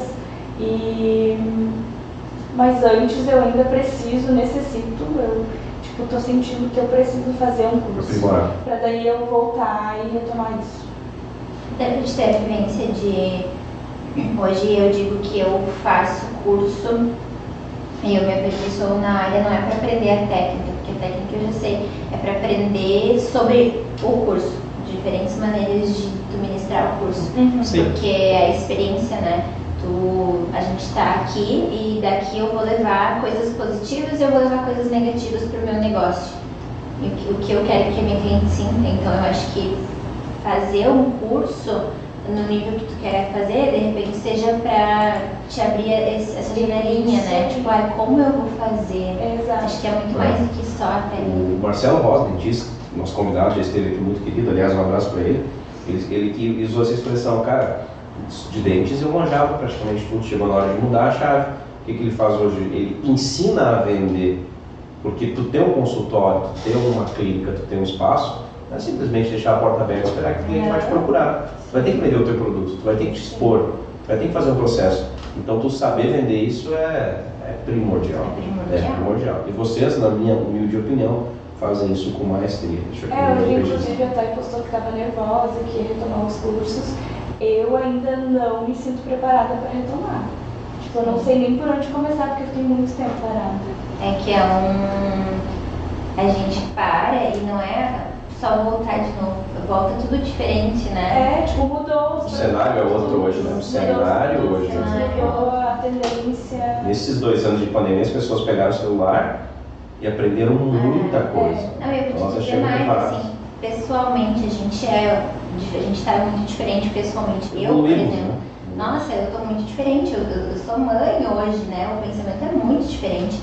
[SPEAKER 4] Mas antes eu ainda necessito, eu tô sentindo que eu preciso fazer um curso. Para daí eu voltar e retomar isso.
[SPEAKER 3] Até pra gente ter a vivência de... Hoje eu digo que eu faço curso e eu me aperfeiçoo na área, não é para aprender a técnica, porque a técnica eu já sei, é para aprender sobre o curso, diferentes maneiras de tu ministrar o curso. Porque a experiência, né? A gente está aqui e daqui eu vou levar coisas positivas e eu vou levar coisas negativas para o meu negócio. E o que eu quero que a minha cliente sinta. Então eu acho que fazer um curso no nível que tu quer fazer, de repente seja para te abrir essa janelinha, né? Tipo, como eu vou fazer?
[SPEAKER 4] Exato.
[SPEAKER 3] Acho que é muito mais do que só até.
[SPEAKER 2] O Marcelo Rosa, dentista, nosso convidado, já esteve aqui, muito querido, aliás, um abraço para ele. Ele que usou essa expressão, cara, de dentes eu manjava praticamente tudo, chegou na hora de mudar a chave. O que ele faz hoje? Ele ensina a vender, porque tu tem um consultório, tu tem uma clínica, tu tem um espaço, não é simplesmente deixar a porta aberta e esperar que o cliente vai te procurar. Tu vai ter que vender o teu produto, tu vai ter que te expor, tu vai ter que fazer um processo. Então tu saber vender isso é primordial. É primordial. E vocês, na minha humilde opinião, fazem isso com maestria.
[SPEAKER 4] Hoje inclusive a Thay postou que estava nervosa, que ia retomar os cursos. Eu ainda não me sinto preparada para retomar. Tipo, eu não sei nem por onde começar, porque eu fiquei muito tempo parada.
[SPEAKER 3] É que a gente para e não é só voltar de novo, volta tudo diferente, né?
[SPEAKER 4] Mudou.
[SPEAKER 2] O cenário é outro hoje, né? O cenário hoje.
[SPEAKER 4] Mudou a tendência.
[SPEAKER 2] Nesses 2 anos de pandemia, as pessoas pegaram o celular e aprenderam muita coisa.
[SPEAKER 3] Não, eu vou te dizer mais, assim, pessoalmente, a gente tá muito diferente pessoalmente. Eu, por exemplo, nossa, eu tô muito diferente, eu sou mãe hoje, né? O pensamento é muito diferente.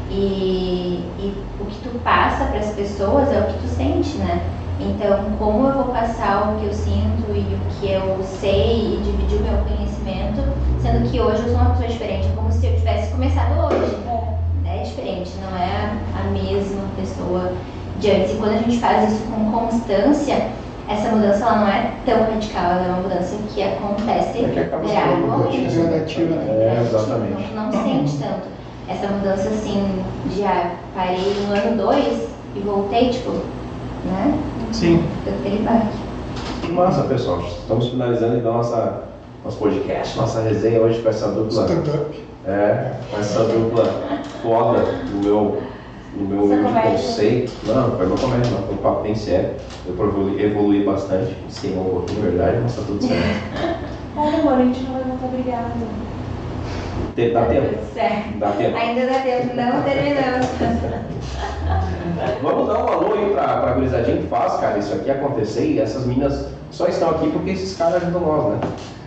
[SPEAKER 3] E o que tu passa para as pessoas é o que tu sente, né? Então, como eu vou passar o que eu sinto e o que eu sei e dividir o meu conhecimento, sendo que hoje eu sou uma pessoa diferente, é como se eu tivesse começado hoje. É diferente, não é a mesma pessoa de antes. E quando a gente faz isso com constância, essa mudança ela não é tão radical, ela é uma mudança que acontece
[SPEAKER 1] gradativa, né?
[SPEAKER 2] Exatamente.
[SPEAKER 3] Então, tu não sente tanto essa mudança assim, de parei no ano 2 e voltei, tipo, né?
[SPEAKER 1] Sim.
[SPEAKER 3] Aquele baque.
[SPEAKER 2] Que massa, pessoal. Estamos finalizando então nosso podcast, nossa resenha hoje com essa dupla.
[SPEAKER 1] Stand-up.
[SPEAKER 2] Com essa dupla foda no meu conceito. Não, foi uma comédia, não. Foi um papo bem sério. Eu evoluí bastante, ensinou um pouquinho, de verdade, mas tá tudo certo.
[SPEAKER 4] Olha, amor, a gente não vai voltar brigado.
[SPEAKER 2] Dá tempo.
[SPEAKER 3] Certo.
[SPEAKER 2] Dá tempo.
[SPEAKER 3] Ainda dá tempo, não terminamos.
[SPEAKER 2] Vamos dar um alô aí pra gurizadinha que faz, cara, isso aqui acontecer. E essas meninas só estão aqui porque esses caras ajudam nós, né?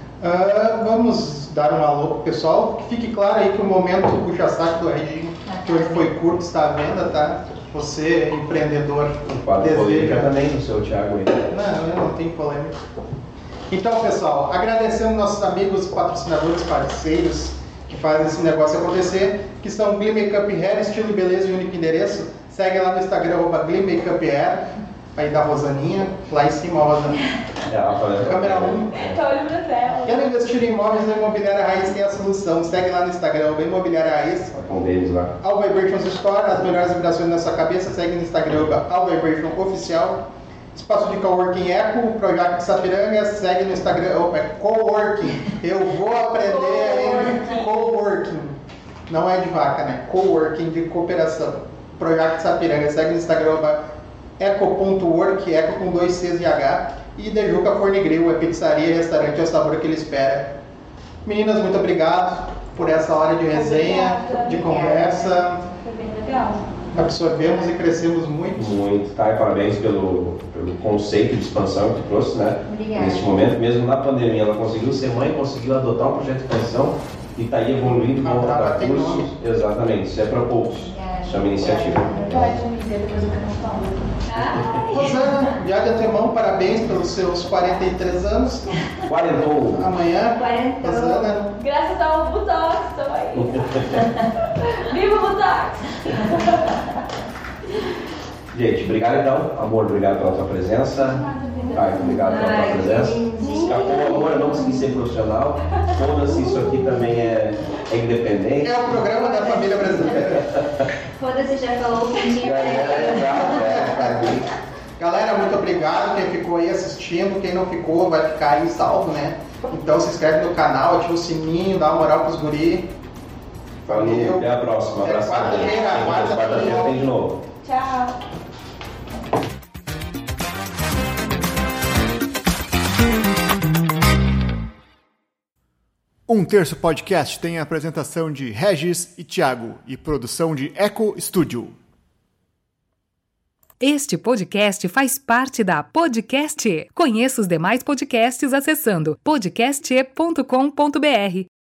[SPEAKER 1] Vamos dar um alô pro pessoal. Fique claro aí que o momento puxa-saco do Reginho, que hoje foi curto, está à venda, tá? Você, empreendedor,
[SPEAKER 2] deseja também no seu Thiago aí.
[SPEAKER 1] Não tem polêmica. Então, pessoal, agradecendo nossos amigos, patrocinadores, parceiros que fazem esse negócio acontecer, que são Glee Makeup Hair, estilo e beleza e único endereço. Segue lá no Instagram, @Glee Makeup Hair, aí da Rosaninha, lá em cima, a Rosaninha. Câmera 1.
[SPEAKER 4] Tá olhando pra tela.
[SPEAKER 1] Quer investir em imóveis, a Imobiliária Raiz tem a solução. Segue lá no Instagram, Imobiliária Raiz.
[SPEAKER 2] Com deles lá.
[SPEAKER 1] All Vibrations Store, as melhores vibrações na sua cabeça. Segue no Instagram, All Vibration Oficial. Espaço de Coworking Eco, o Projac de Sapiranga. Segue no Instagram, Coworking. Eu vou aprender a Coworking. Não é de vaca, né? Coworking de cooperação. Projac de Sapiranga. Segue no Instagram, eco.work, eco com 2 Cs e H. E Dejuca Fornegril, é pizzaria e restaurante, é o sabor que ele espera. Meninas, muito obrigado por essa hora de resenha, de conversa.
[SPEAKER 4] Foi bem legal.
[SPEAKER 1] absorvemos e crescemos muito.
[SPEAKER 2] Muito, tá? E parabéns pelo conceito de expansão que tu trouxe, né?
[SPEAKER 3] Obrigada.
[SPEAKER 2] Neste momento, mesmo na pandemia, ela conseguiu ser mãe, conseguiu adotar um projeto de expansão e está aí evoluindo com outros cursos. Exatamente, isso é para poucos.
[SPEAKER 3] Obrigada.
[SPEAKER 2] Chama iniciativa.
[SPEAKER 4] Pode me dizer depois o que eu não falo.
[SPEAKER 1] Rosana, já de antemão, parabéns pelos seus 43 anos.
[SPEAKER 2] Quarentou.
[SPEAKER 1] Amanhã,
[SPEAKER 3] Quarentou.
[SPEAKER 1] Rosana.
[SPEAKER 4] Graças ao Botox, estamos aí. Viva o Botox!
[SPEAKER 2] Gente, obrigado então. Amor, obrigado pela tua presença. Caio, obrigado pela tua presença. Escapou amor, eu não consegui ser profissional. Foda-se, isso aqui também é independente.
[SPEAKER 1] É o programa da família brasileira.
[SPEAKER 3] Foda-se, já falou o fundinho.
[SPEAKER 1] Galera, muito obrigado. Quem ficou aí assistindo, quem não ficou vai ficar aí salvo, né? Então se inscreve no canal, ativa o sininho, dá uma moral pros guri.
[SPEAKER 2] Valeu, até a próxima.
[SPEAKER 1] É
[SPEAKER 2] Abraço.
[SPEAKER 1] quarta-feira
[SPEAKER 2] tem de novo.
[SPEAKER 4] Tchau!
[SPEAKER 6] Um Terço Podcast tem a apresentação de Regis e Thiago e produção de Eco Studio.
[SPEAKER 7] Este podcast faz parte da Podcast. Conheça os demais podcasts acessando podcast.com.br.